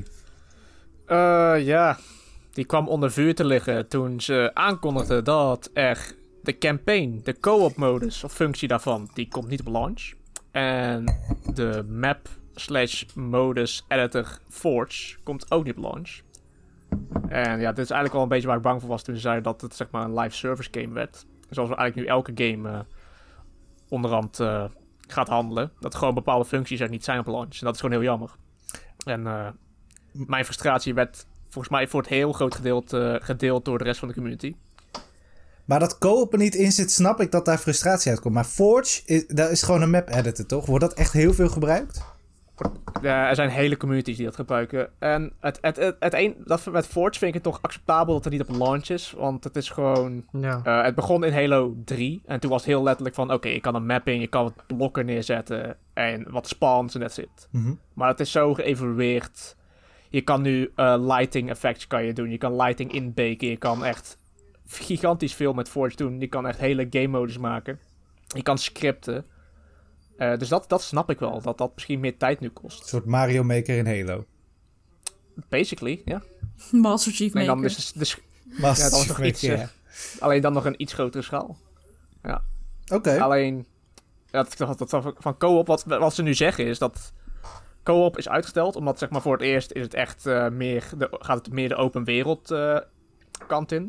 Ja, die kwam onder vuur te liggen toen ze aankondigden dat er de campaign, de co-op modus of functie daarvan, die komt niet op launch. En de map/modus editor Forge komt ook niet op launch. En ja, dit is eigenlijk wel een beetje waar ik bang voor was toen ze zeiden dat het zeg maar een live service game werd. Zoals we eigenlijk nu elke game onderhand gaat handelen. Dat gewoon bepaalde functies er niet zijn op launch. En dat is gewoon heel jammer. En mijn frustratie werd volgens mij voor het heel groot gedeelte gedeeld door de rest van de community. Maar dat co-op er niet in zit, snap ik dat daar frustratie uitkomt. Maar Forge, dat is gewoon een map editor, toch? Wordt dat echt heel veel gebruikt? Er zijn hele communities die dat gebruiken. En dat met Forge vind ik het toch acceptabel dat het niet op launch is. Want het is gewoon... Ja. het begon in Halo 3. En toen was het heel letterlijk van... Oké, je kan een map in, je kan wat blokken neerzetten. En wat spawns en that's it. Mhm. Maar het is zo geëvolueerd. Je kan nu lighting effects kan je doen. Je kan lighting inbaken. Je kan echt gigantisch veel met Forge doen. Je kan echt hele game modes maken. Je kan scripten. Dus dat snap ik wel. Dat misschien meer tijd nu kost. Een soort Mario Maker in Halo. Basically, ja. Master Chief En dan Maker. dus Master Ja, dat is Chief nog Maker, iets, ja. alleen dan nog een iets grotere schaal. Oké. Alleen, dat van co-op, wat ze nu zeggen is dat co-op is uitgesteld. Omdat zeg maar voor het eerst is het echt gaat het meer de open wereld kant in.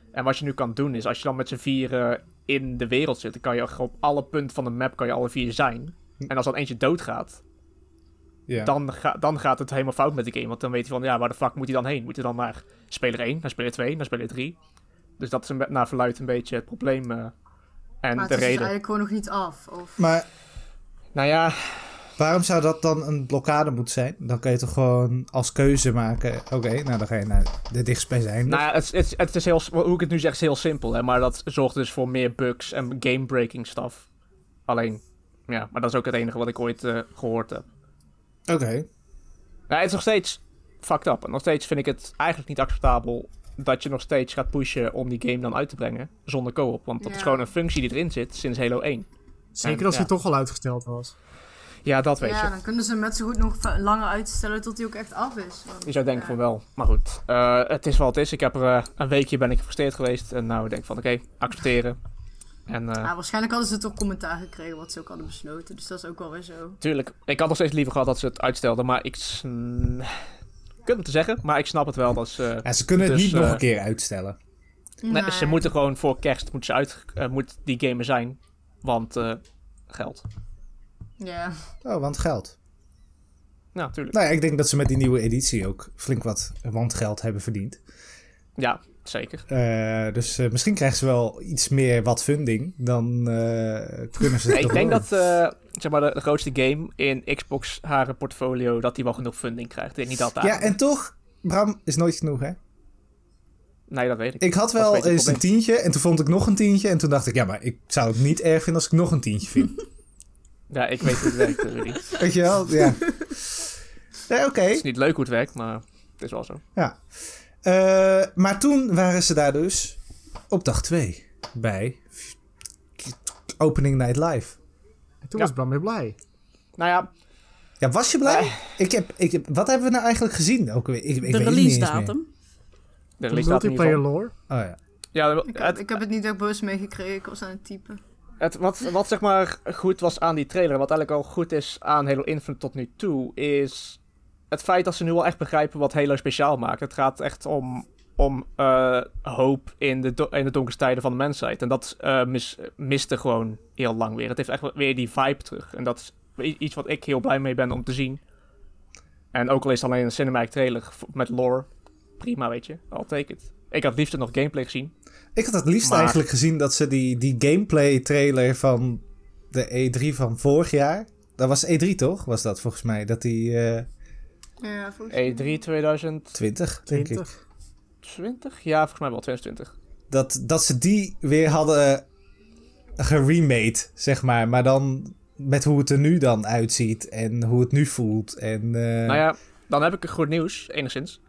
En wat je nu kan doen is, als je dan met z'n vieren in de wereld zit, dan kan je op alle punten van de map kan je alle 4 zijn. En als dan eentje doodgaat, Ja. dan gaat het helemaal fout met de game. Want dan weet hij van, ja, waar de fuck moet hij dan heen? Moet hij dan naar speler 1, naar speler 2, naar speler 3? Dus dat is naar verluidt een beetje het probleem en Maar het de is dus reden. eigenlijk gewoon nog niet af. Of... Maar Nou ja, waarom zou dat dan een blokkade moeten zijn? Dan kan je toch gewoon als keuze maken... Oké, nou dan ga je naar de dichtstbijzijnde. nou ja, het is heel, hoe ik het nu zeg, is heel simpel. Hè, maar dat zorgt dus voor meer bugs en game-breaking stuff. Alleen, ja, maar dat is ook het enige wat ik ooit gehoord heb. Oké. Nou, het is nog steeds fucked up. En nog steeds vind ik het eigenlijk niet acceptabel dat je nog steeds gaat pushen om die game dan uit te brengen zonder co-op. Want dat is gewoon een functie die erin zit sinds Halo 1. Zeker En, als ja. hij toch al uitgesteld was. Ja, dat weet Ja, je. dan kunnen ze hem net zo goed nog langer uitstellen tot hij ook echt af is. Want, Je zou denken van wel. Maar goed, het is wat het is. Ik heb er een weekje ben ik gefrustreerd geweest. En nou denk ik van oké, accepteren. En waarschijnlijk hadden ze toch commentaar gekregen wat ze ook hadden besloten. Dus dat is ook wel weer zo. tuurlijk, ik had nog steeds liever gehad dat ze het uitstelden. Maar ik kunt het te zeggen, maar ik snap het wel. Dat ze, Ja, ze kunnen het dus, niet nog een keer uitstellen. nee, ze moeten gewoon voor kerst moet die game er zijn. Want geld. Ja. Oh, want geld. Nou, tuurlijk. Nou ja, ik denk dat ze met die nieuwe editie ook flink wat wandgeld hebben verdiend. Ja, zeker. Dus misschien krijgen ze wel iets meer wat funding. Dan kunnen ze... Ik denk dat zeg maar de grootste game in Xbox haar portfolio, dat die wel genoeg funding krijgt. Ik denk niet dat daar... Ja, en toch, Bram, is nooit genoeg, hè? Nee, dat weet ik. Ik had Dat is wel een beetje eens het een tientje en toen vond ik nog een tientje. En toen dacht ik, ja, maar ik zou het niet erg vinden als ik nog een tientje vind. Ja, ik weet hoe het werkt, Rudy. Weet je wel? Ja. Ja, oké. Het is niet leuk hoe het werkt, maar het is wel zo. Ja. Maar toen waren ze daar dus op dag 2 bij Opening Night Live. En toen was Bram weer blij. Nou ja, Ja, was je blij? Wat hebben we nou eigenlijk gezien? Ook weer? Ik De weet het niet release eens meer. datum. de De release datum in ieder multiplayer geval. lore. Oh ja. Ja, Ik heb het niet echt bewust meegekregen. Ik was aan het typen. wat zeg maar goed was aan die trailer, wat eigenlijk al goed is aan Halo Infinite tot nu toe, is het feit dat ze nu wel echt begrijpen wat Halo speciaal maakt. Het gaat echt om hoop in de donkerste tijden van de mensheid. En dat miste gewoon heel lang weer. Het heeft echt weer die vibe terug. En dat is iets wat ik heel blij mee ben om te zien. En ook al is het alleen een cinematic trailer met lore, prima, weet je. I'll take it. Ik had liefst nog gameplay gezien. Ik had het liefst Maar- eigenlijk gezien dat ze die gameplay trailer van de E3 van vorig jaar... Dat was E3 toch? Was dat volgens mij? Dat die... Ja, volgens mij. E3 2020? 20, denk ik. 20? Ja, volgens mij wel 2020. Dat ze die weer hadden geremade, zeg maar. Maar dan met hoe het er nu dan uitziet en hoe het nu voelt. En, Nou ja, dan heb ik een goed nieuws, enigszins.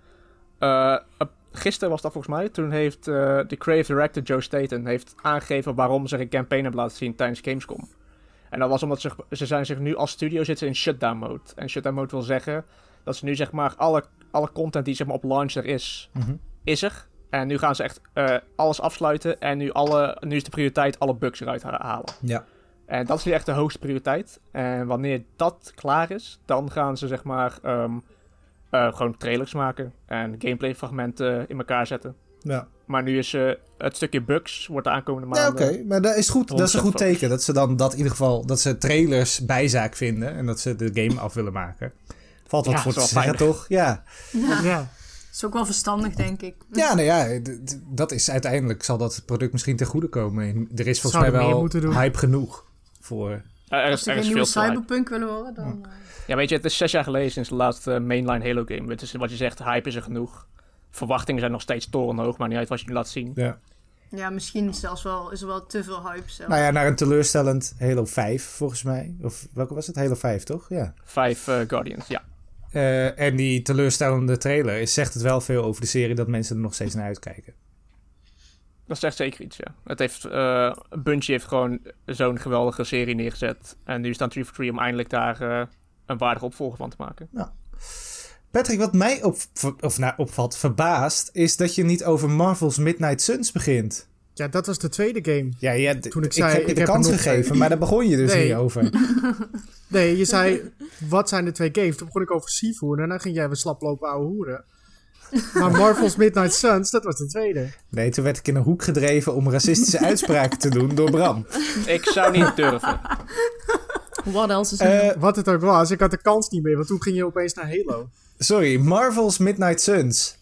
Gisteren was dat volgens mij. Toen heeft de creative director Joe Staten heeft aangegeven waarom ze een campaign hebben laten zien tijdens Gamescom. En dat was omdat ze zijn zich nu als studio zitten in shutdown mode. En shutdown mode wil zeggen dat ze nu zeg maar alle content die zeg maar op launch er is, is er. En nu gaan ze echt alles afsluiten. En nu is de prioriteit alle bugs eruit halen. Ja. En dat is nu echt de hoogste prioriteit. En wanneer dat klaar is, dan gaan ze zeg maar gewoon trailers maken. En gameplay fragmenten in elkaar zetten. Ja. Maar nu is het stukje bugs, wordt de aankomende Ja, maanden... oké. Maar dat is goed. Dat is een goed focus. teken. Dat ze dan dat in ieder geval... Dat ze trailers bijzaak vinden. En dat ze de game af willen maken. Valt wat Ja, voor te dat is wel zeggen, toch? Ja. Ja. Dat is ook wel verstandig, denk ik. Ja, nou ja. Dat is uiteindelijk... Zal dat product misschien ten goede komen. En er is volgens mij Zouden meer wel moeten doen. hype genoeg voor... Er Als is ze geen veel nieuwe te hype. Cyberpunk willen horen, dan... Ja, weet je, het is 6 jaar geleden sinds de laatste mainline Halo game. Het is wat je zegt, hype is er genoeg. Verwachtingen zijn nog steeds torenhoog, maar niet uit wat je nu laat zien. Ja. Ja, misschien zelfs wel, is er wel te veel hype zelf. Nou ja, naar een teleurstellend Halo 5, volgens mij. Of welke was het? Halo 5, toch? Ja. 5 Guardians, ja. En die teleurstellende trailer zegt het wel veel over de serie dat mensen er nog steeds naar uitkijken. Dat zegt zeker iets, ja. Het heeft, Bungie heeft gewoon zo'n geweldige serie neergezet. En nu staan 343 om eindelijk daar een waardige opvolger van te maken. Patrick, wat mij opvalt, verbaast, is dat je niet over Marvel's Midnight Suns begint. Ja, dat was de tweede game. Ja, Toen ik zei, heb je ik de heb kans er nog gegeven, twee. maar daar begon je dus Nee. niet over. Nee, je zei, wat zijn de twee games? Toen begon ik over Sifu en daarna ging jij weer slaplopen ouwe hoeren. Maar Marvel's Midnight Suns, dat was de tweede. Nee, toen werd ik in een hoek gedreven om racistische uitspraken te doen door Bram. Ik zou niet durven. What else is er? Wat het ook was, ik had de kans niet meer, want toen ging je opeens naar Halo. Sorry, Marvel's Midnight Suns.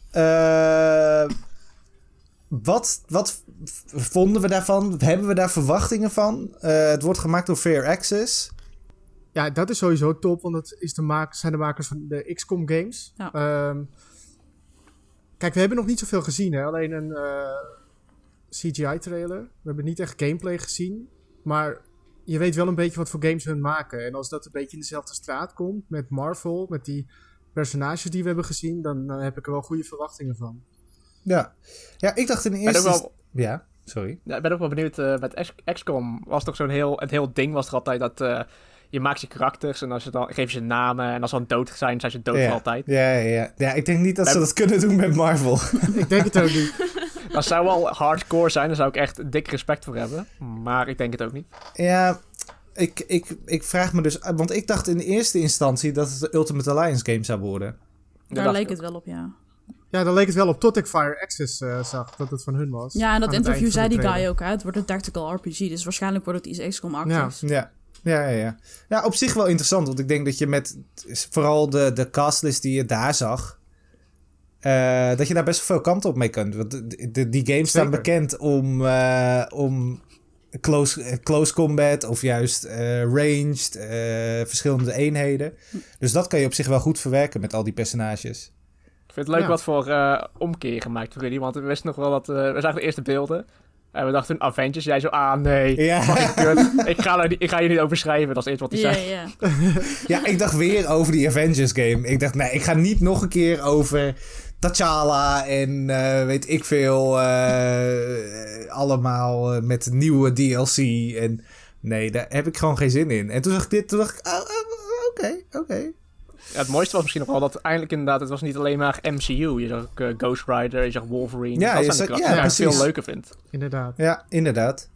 Wat vonden we daarvan? Hebben we daar verwachtingen van? Het wordt gemaakt door Fair Access. Ja, dat is sowieso top, want dat is zijn de makers van de XCOM games. Ja. Kijk, we hebben nog niet zoveel gezien, hè? Alleen een CGI-trailer. We hebben niet echt gameplay gezien, maar je weet wel een beetje wat voor games hun maken. En als dat een beetje in dezelfde straat komt met Marvel, met die personages die we hebben gezien, dan heb ik er wel goede verwachtingen van. Ja, ik dacht in de eerste... Ja, sorry. Ja, ik ben ook wel benieuwd. Met XCOM was toch het heel ding was er altijd dat je maakt je karakters en als je dan geef je namen en als ze dan dood zijn ze dood voor altijd. Ja, ik denk niet dat ze dat kunnen doen met Marvel. Ik denk het ook niet. Dat zou wel hardcore zijn, daar zou ik echt dik respect voor hebben. Maar ik denk het ook niet. Ja, ik vraag me dus... Want ik dacht in de eerste instantie dat het de Ultimate Alliance game zou worden. Daar leek het wel op, ja. Ja, daar leek het wel op tot ik Fire Access zag dat het van hun was. Ja, en dat interview zei die guy trailer. ook, hè. Het wordt een tactical RPG, dus waarschijnlijk wordt het iets XCOM-achtigs. Ja. Ja, op zich wel interessant, want ik denk dat je met vooral de castlist die je daar zag, dat je daar best wel veel kanten op mee kunt. Want die games staan bekend om close combat of juist ranged, verschillende eenheden. Dus dat kan je op zich wel goed verwerken met al die personages. Ik vind het leuk wat voor omkeer gemaakt voor jullie, want we wisten nog wel dat... we zagen de eerste beelden. En we dachten toen Avengers. Jij zo, nee. Ja. Fucking kut. Ik ga je niet over schrijven. Dat is eerst wat hij zei. Ja. Ja, ik dacht weer over die Avengers game. Ik dacht, nee, ik ga niet nog een keer over T'Challa en weet ik veel. Allemaal met nieuwe DLC. En nee, daar heb ik gewoon geen zin in. En toen zag ik dit, toen dacht ik, oké. Ja, het mooiste was misschien nog wel dat eindelijk inderdaad... Het was niet alleen maar MCU. Je zag ook Ghost Rider, je zag Wolverine. Ja, dat zijn de krachten die ik veel leuker vind. Inderdaad. Ja, inderdaad.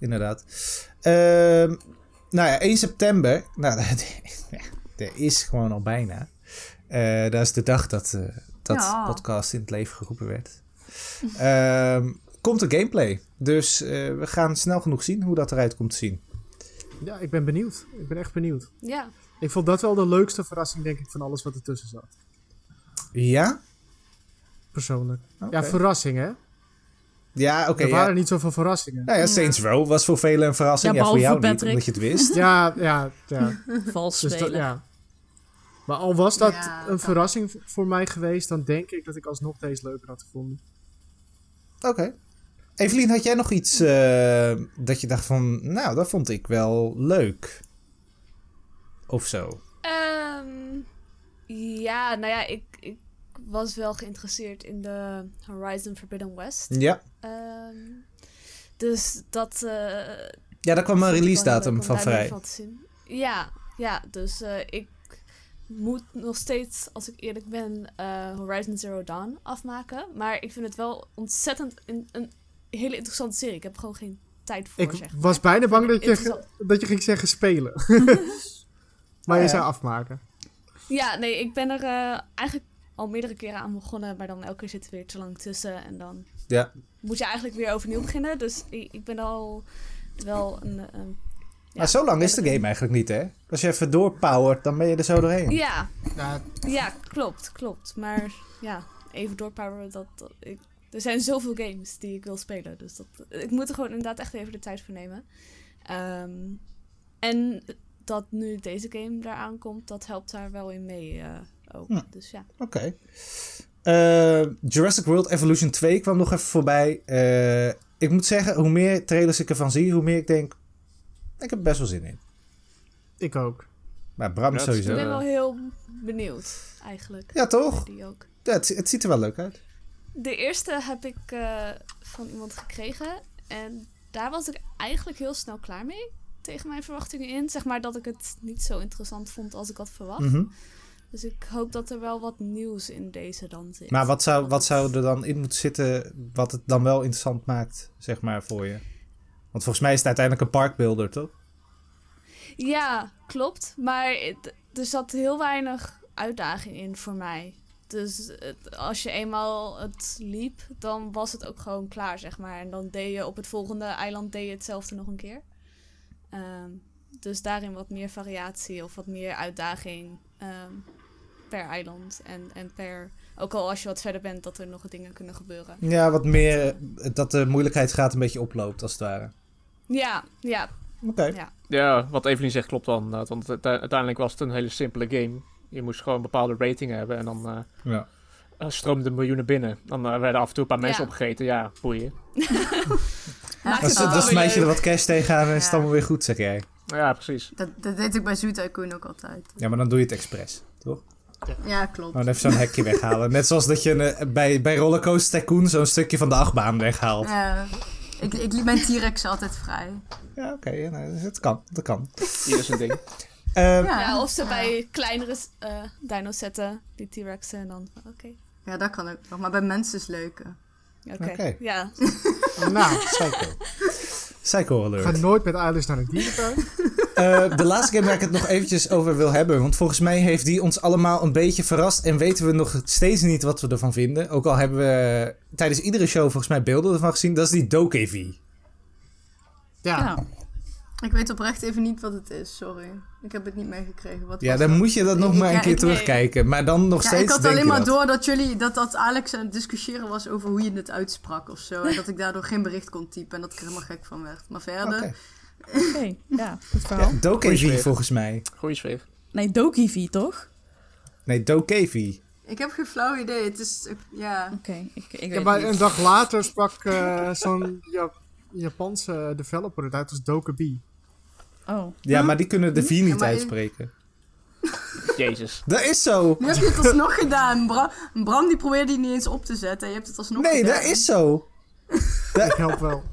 Nou ja, 1 september. Nou, dat is gewoon al bijna. Dat is de dag dat podcast in het leven geroepen werd. Komt er gameplay. Dus we gaan snel genoeg zien hoe dat eruit komt te zien. Ja, ik ben benieuwd. Ik ben echt benieuwd. Ja. Ik vond dat wel de leukste verrassing, denk ik, van alles wat ertussen zat. Ja? Persoonlijk. Okay. Ja, verrassing, hè? Ja, oké. Er waren niet zoveel verrassingen. Nou ja, Saints Row was voor velen een verrassing. Ja, voor jou niet, omdat je het wist. Ja. Vals dus spelen. Maar al was dat een verrassing voor mij geweest, dan denk ik dat ik alsnog deze leuker had gevonden. Oké. Evelien, had jij nog iets dat je dacht van, nou, dat vond ik wel leuk? Of zo? Ja, nou ja, ik was wel geïnteresseerd in de Horizon Forbidden West. Ja. Dus dat... ja, daar kwam een release datum van vrij. Ja, dus ik moet nog steeds, als ik eerlijk ben, Horizon Zero Dawn afmaken. Maar ik vind het wel ontzettend een hele interessante serie. Ik heb gewoon geen tijd voor, Ik was bijna bang dat je ging zeggen spelen. Maar je zou afmaken. Ja, nee, ik ben er eigenlijk al meerdere keren aan begonnen. Maar dan elke keer zit er weer te lang tussen. En dan moet je eigenlijk weer overnieuw beginnen. Dus ik ben al wel een maar zo lang is de game eigenlijk niet, hè? Als je even doorpowert, dan ben je er zo doorheen. Ja, klopt. Maar ja, even doorpoweren, er zijn zoveel games die ik wil spelen. Dus ik moet er gewoon inderdaad echt even de tijd voor nemen. En dat nu deze game daar aankomt, dat helpt daar wel in mee ook. Dus ja. Oké. Jurassic World Evolution 2 kwam nog even voorbij. Ik moet zeggen, hoe meer trailers ik ervan zie, hoe meer ik denk, ik heb er best wel zin in. Ik ook. Maar Bram sowieso. Ik ben wel heel benieuwd, eigenlijk. Ja, toch? Die ook. Ja, het ziet er wel leuk uit. De eerste heb ik van iemand gekregen. En daar was ik eigenlijk heel snel klaar mee. Tegen mijn verwachtingen in. Zeg maar dat ik het niet zo interessant vond als ik had verwacht. Mm-hmm. Dus ik hoop dat er wel wat nieuws in deze dan zit. Maar wat zou er dan in moeten zitten wat het dan wel interessant maakt, zeg maar, voor je? Want volgens mij is het uiteindelijk een parkbuilder, toch? Ja, klopt. Maar er zat heel weinig uitdaging in voor mij. Dus als je eenmaal het liep, dan was het ook gewoon klaar, zeg maar. En dan deed je op het volgende eiland hetzelfde nog een keer. Dus daarin wat meer variatie of wat meer uitdaging per eiland. En per... Ook al als je wat verder bent, dat er nog dingen kunnen gebeuren. Ja, wat meer dat de moeilijkheidsgraad een beetje oploopt, als het ware. Ja. Oké. Ja. Ja, wat Evelien zegt klopt dan. Want uiteindelijk was het een hele simpele game. Je moest gewoon een bepaalde rating hebben en dan Ja. stroomden miljoenen binnen. Dan werden af en toe een paar mensen opgegeten. Ja, boeien. Dan smijt je er wat cash tegenaan en is het allemaal weer goed, zeg jij. Ja, precies. Dat deed ik bij Zoo Tycoon ook altijd. Ja, maar dan doe je het expres, toch? Ja, klopt. Dan even zo'n hekje weghalen. Net zoals dat je bij Rollercoaster Tycoon zo'n stukje van de achtbaan weghaalt. Ja, ik liet mijn T-Rex altijd vrij. Ja, oké. Nou, dat kan. Ieder zijn ding. Ja, of ze bij kleinere dino's zetten, die T-Rexen, en dan oké. Ja, dat kan ook nog. Maar bij mensen is leuk. Oké. Ja. Nou, Psycho alert. ga nooit met Alice naar een dierentuin. De laatste game waar ik het nog eventjes over wil hebben. Want volgens mij heeft die ons allemaal een beetje verrast. En weten we nog steeds niet wat we ervan vinden. Ook al hebben we tijdens iedere show volgens mij beelden ervan gezien. Dat is die Dokev. Ja. Ik weet oprecht even niet wat het is, sorry. Ik heb het niet meegekregen. Wat Ja, was dan dat? moet je dat nog maar een keer terugkijken. Maar dan nog steeds ik had denk alleen je maar dat. door dat Alex aan het discussiëren was over hoe je het uitsprak of zo. En dat ik daardoor geen bericht kon typen en dat ik er helemaal gek van werd. Maar verder... Oké. Oké, ja, goed verhaal. Ja, Dokev Goeie volgens mij. Goeie sfeer. Nee, Dokev, toch? Nee, Dokev. Ik heb geen flauw idee. Het is... ja... Oké, ik Ja, weet maar niet. een dag later sprak zo'n Japanse developer het uit als Dokkaebi. Oh. Ja, maar die kunnen de V niet maar- uitspreken. Jezus. Dat is zo. Nu heb je het alsnog gedaan. Bram die probeerde die niet eens op te zetten. En je hebt het alsnog Nee, gedaan. dat is zo. Ik help wel.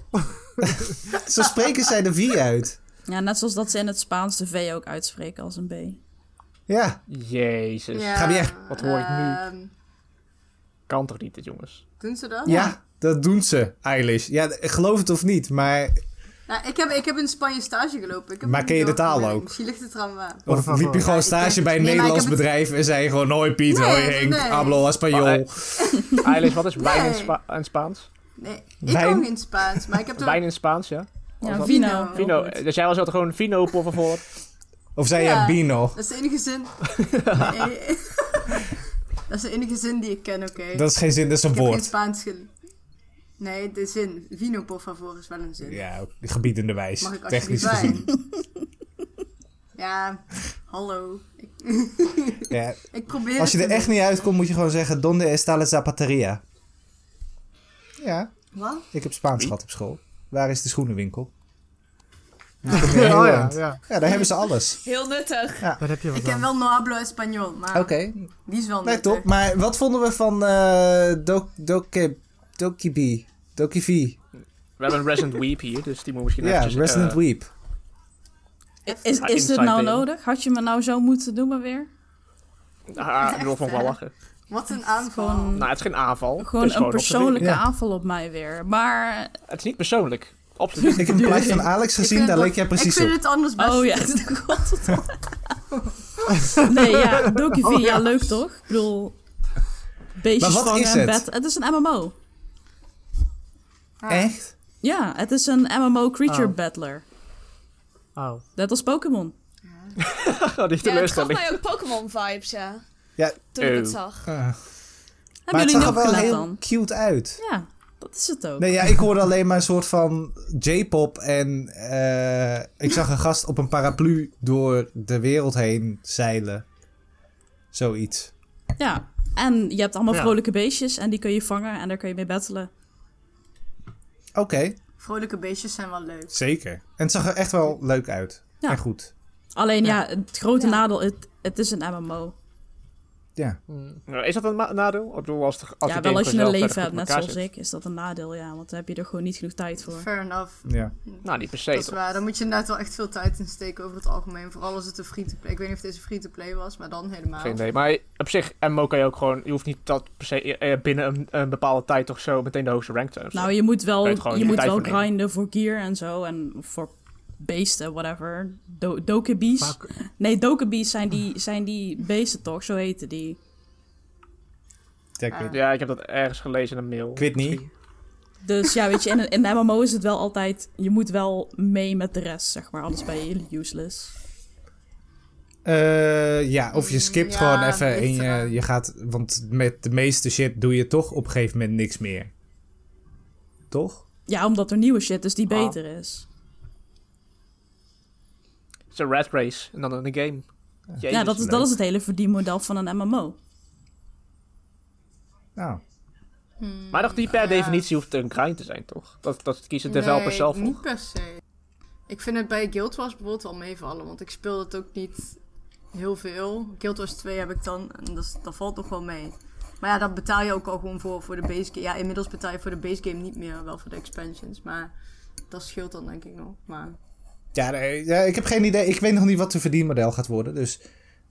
Zo spreken zij de V uit. Ja, net zoals dat ze in het Spaans de V ook uitspreken als een B. Ja. Jezus. Ja, Ga weer. Wat hoor ik nu? ehm, Kan toch niet, dit jongens? doen ze dat? Ja, dat doen ze, Eilish. Ja, geloof het of niet, maar... Nou, ik heb in Spanje stage gelopen. Ik heb Maar het ken je niet de taal doorgewerkt. ook? Misschien ligt het er aan me. Of liep je gewoon Ja, stage ik bij een denk- nee, maar Nederlands ik heb bedrijf en zei je gewoon... Hoi Piet, Nee, hoi Henk, nee. hablo español. Eilish, wat is wijn Nee. in Spaans? Nee, ik Wijn? kan geen Spaans. Maar ik heb Wijn in Spaans, ja? Ja, dat? Vino. Vino. Heel goed. Dus jij was altijd gewoon Vino por favor. Of zei Ja. je Bino? Dat is de enige zin... Nee. Dat is de enige zin die ik ken, oké. Dat is geen zin, dat is een Ik heb geen woord. Spaans Nee, de zin. Vino por favor is wel een zin. Ja, ook gebiedende wijs. Mag ik Technisch alsjeblieft gezien. wijn? Ja, hallo. Ja. Ik probeer Als je het er te echt doen. niet uitkomt, moet je gewoon zeggen... Donde está la zapateria? Ja, Wat? ik heb Spaans gehad op school. Waar is de schoenenwinkel? Oh ja, ja. Ja, daar hebben ze alles. Heel nuttig. Daar heb je wat Ik ken aan. wel no hablo español, maar Oké, die is wel nee, nuttig. top. Maar wat vonden we van Dokev? We hebben een Resident Weep hier, dus die moet misschien Ja, eventjes... Resident Weep. Is dit Inside nou delen. nodig? Had je me nou zo moeten doen maar weer? Ik wil van wel lachen. Wat een aanval. Gewoon, Nou, het is geen aanval. Het gewoon is een persoonlijke Ja. aanval op mij weer. Maar, Het is niet persoonlijk. Absoluut. Ik heb een plaatje van Alex Ik gezien, vind daar het leek jij wel- precies Ik vind op. het anders best. oh ja, nee, ja, Dokev, Oh, ja. ja, leuk toch? Ik bedoel, beestjes Maar wat vangen is en het? bed. Het is een MMO. Echt? Ja, het is een MMO creature Oh. battler. Oh. Net als Pokémon. Die Ja, het gaf teleurstelling. mij ook Pokémon-vibes, ja. Ja, Toen ik het Oh. zag. maar Hebben het jullie zag niet er wel opgelet heel dan? cute uit. Ja, dat is het ook. Nee, ja, ik hoorde alleen maar een soort van J-pop en ik zag een gast op een paraplu door de wereld heen zeilen. Zoiets. Ja, en je hebt allemaal Ja. vrolijke beestjes en die kun je vangen en daar kun je mee battelen. Oké, Vrolijke beestjes zijn wel leuk. zeker. En het zag er echt wel leuk uit. Ja. En goed. Alleen ja, het grote Ja. nadeel, het is een MMO. Ja. Nou, is dat een nadeel? Ik bedoel, als Ja, de wel game als je gewoon een zelf leven verder hebt, goed net in elkaar zoals zit. ik, is dat een nadeel, ja. Want dan heb je er gewoon niet genoeg tijd voor. Fair enough. Ja. Nou, niet per se. Dat is toch? waar. Dan moet je inderdaad wel echt veel tijd in steken over het algemeen. Vooral als het een free-to-play. Ik weet niet of deze free-to-play was, maar dan helemaal. Geen idee. Maar op zich, MMO kan je ook gewoon... Je hoeft niet dat per se binnen een bepaalde tijd toch zo meteen de hoogste rank te hebben. Nou, je moet wel, Kan je het gewoon je je moet tijd wel voor nemen. grinden voor gear en zo. En voor beesten, whatever. Dokebies. Maar- Nee, Dokebies zijn die beesten toch? Zo heten die. Ja, ik weet, Ja, ik heb dat ergens gelezen in een mail. ik weet niet. Misschien. Dus ja, weet je, in een MMO is het wel altijd... Je moet wel mee met de rest, zeg maar. Anders ben je useless. Ja, of je skipt Ja, gewoon even en ligt eraan. je gaat... Want met de meeste shit doe je toch op een gegeven moment niks meer. Toch? Ja, omdat er nieuwe shit is die Ah. beter is. Het is een rat race en dan in een game. Jezus, Ja, dat is het hele verdienmodel van een MMO. Nou, Maar nog niet per definitie hoeft het een grind te zijn, toch? Dat kiezen developers zelf voor. niet per se. Ik vind het bij Guild Wars bijvoorbeeld wel meevallen, want ik speel het ook niet heel veel. Guild Wars 2 heb ik dan, en dat valt toch wel mee. Maar ja, daar betaal je ook al gewoon voor de base game. Ja, inmiddels betaal je voor de base game niet meer, wel voor de expansions. Maar dat scheelt dan denk ik nog. Maar ja, ik heb geen idee. Ik weet nog niet wat de verdienmodel gaat worden. Dus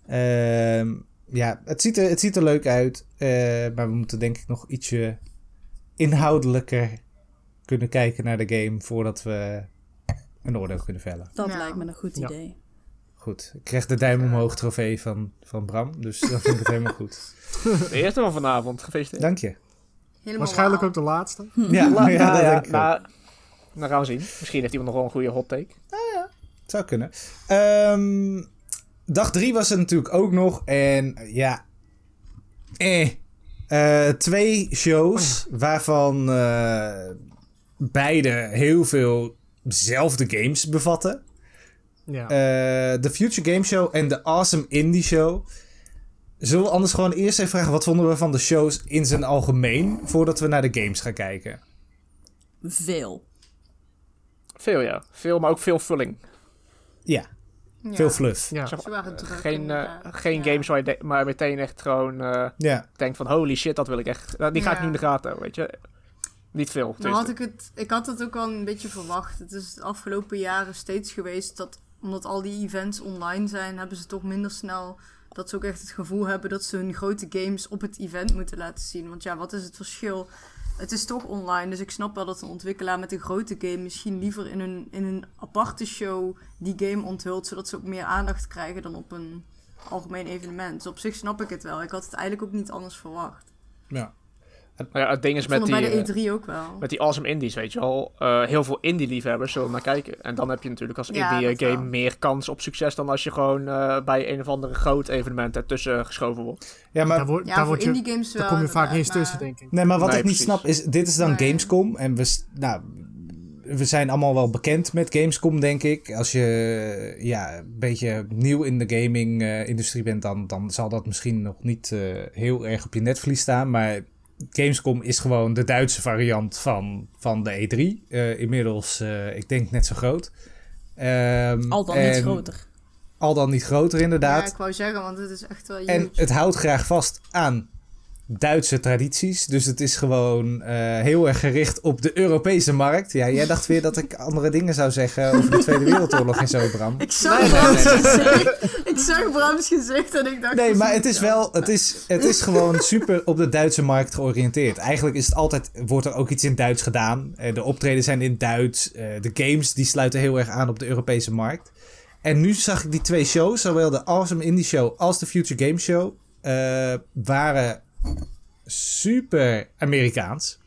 ja, het ziet er leuk uit. Maar we moeten denk ik nog ietsje inhoudelijker kunnen kijken naar de game voordat we een oordeel kunnen vellen. Dat Ja. lijkt me een goed Ja. idee. Goed, ik krijg de duim omhoog trofee van Bram. Dus dan vind ik het helemaal goed. De eerste van vanavond, gefeliciteerd. Dank je. helemaal Waarschijnlijk wauw. ook de laatste. Ja, ja, dat denk ik ook. nou, dan gaan we zien. Misschien heeft iemand nog wel een goede hot take. Het zou kunnen. Dag 3 was er natuurlijk ook nog. En ja... 2 shows waarvan beide heel veel zelfde games bevatten. Ja. De Future Game Show en de Awesome Indie Show. Zullen we anders gewoon eerst even vragen... wat vonden we van de shows in zijn algemeen... voordat we naar de games gaan kijken? Veel. Veel, ja. Veel, maar ook veel vulling. Ja, Ja. veel fluff. Ja. Ze waren druk Geen inderdaad. geen Ja. games waar je maar meteen echt gewoon Ja, denkt van... holy shit, dat wil ik echt... Die ga ik Ja. nu in de gaten houden, weet je. Niet veel. Nou had ik had het ook al een beetje verwacht. Het is de afgelopen jaren steeds geweest dat, omdat al die events online zijn, hebben ze toch minder snel dat ze ook echt het gevoel hebben dat ze hun grote games op het event moeten laten zien. Want ja, wat is het verschil? Het is toch online, dus ik snap wel dat een ontwikkelaar met een grote game misschien liever in een aparte show die game onthult, zodat ze ook meer aandacht krijgen dan op een algemeen evenement. Dus op zich snap ik het wel. Ik had het eigenlijk ook niet anders verwacht. ja. Nou ja, het ding is Ik vond met het die... bij de E3 ook wel. Met die awesome indies, weet je wel. Heel veel indie-liefhebbers zullen naar kijken. En dan heb je natuurlijk als Ja, indie dat wel. game meer kans op succes... dan als je gewoon bij een of andere groot evenement ertussen geschoven wordt. Ja, maar... Daar, word, Ja, daar, voor word je, indie games wel. daar kom je vaak niet eens inderdaad, tussen, maar- denk ik. Nee, maar wat Nee, ik niet precies. snap is... Dit is dan Nee. Gamescom. En we zijn allemaal wel bekend met Gamescom, denk ik. Als je een beetje nieuw in de gaming-industrie bent... Dan zal dat misschien nog niet heel erg op je netvlies staan. Maar Gamescom is gewoon de Duitse variant van de E3. Inmiddels, ik denk, net zo groot. Al dan niet groter. Al dan niet groter, inderdaad. Ja, ik wou zeggen, want het is echt wel huge. En het houdt graag vast aan Duitse tradities. Dus het is gewoon heel erg gericht op de Europese markt. Ja, jij dacht weer dat ik andere dingen zou zeggen over de Tweede Wereldoorlog en zo, Bram. Ik zag Brams gezicht. Ik zag Brams gezicht en ik dacht... Nee, maar het is ja. wel, het is gewoon super op de Duitse markt georiënteerd. Eigenlijk is het altijd, wordt er ook iets in Duits gedaan. De optredens zijn in Duits. De games die sluiten heel erg aan op de Europese markt. En nu zag ik die 2 shows, zowel de Awesome Indie Show als de Future Game Show, waren super Amerikaans.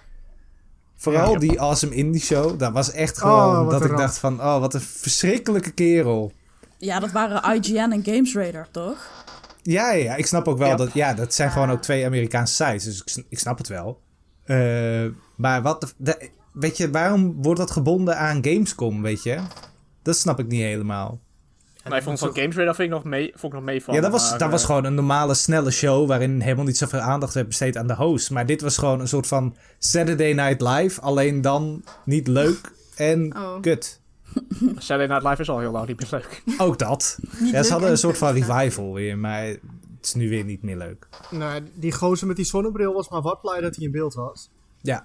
Vooral Ja. die Awesome Indie Show, dat was echt gewoon wat dat een ik ramp. dacht van, wat een verschrikkelijke kerel. Ja, dat waren IGN en Games Radar, toch? Ja, ik snap ook wel Ja. dat zijn gewoon ook 2 Amerikaanse sites, dus ik snap het wel. Maar weet je, waarom wordt dat gebonden aan Gamescom, weet je? Dat snap ik niet helemaal. Maar ik vond van Games Radar vond ik nog meevallen. Ja, dat was gewoon een normale, snelle show waarin helemaal niet zoveel aandacht werd besteed aan de host. Maar dit was gewoon een soort van Saturday Night Live, alleen dan niet leuk en Oh. kut. Saturday Night Live is al heel lang niet meer leuk. Ook dat. Ja, leuk ze hadden en een soort van kut, revival weer, maar het is nu weer niet meer leuk. Nou, die gozer met die zonnebril was maar wat blij dat hij in beeld was. Ja,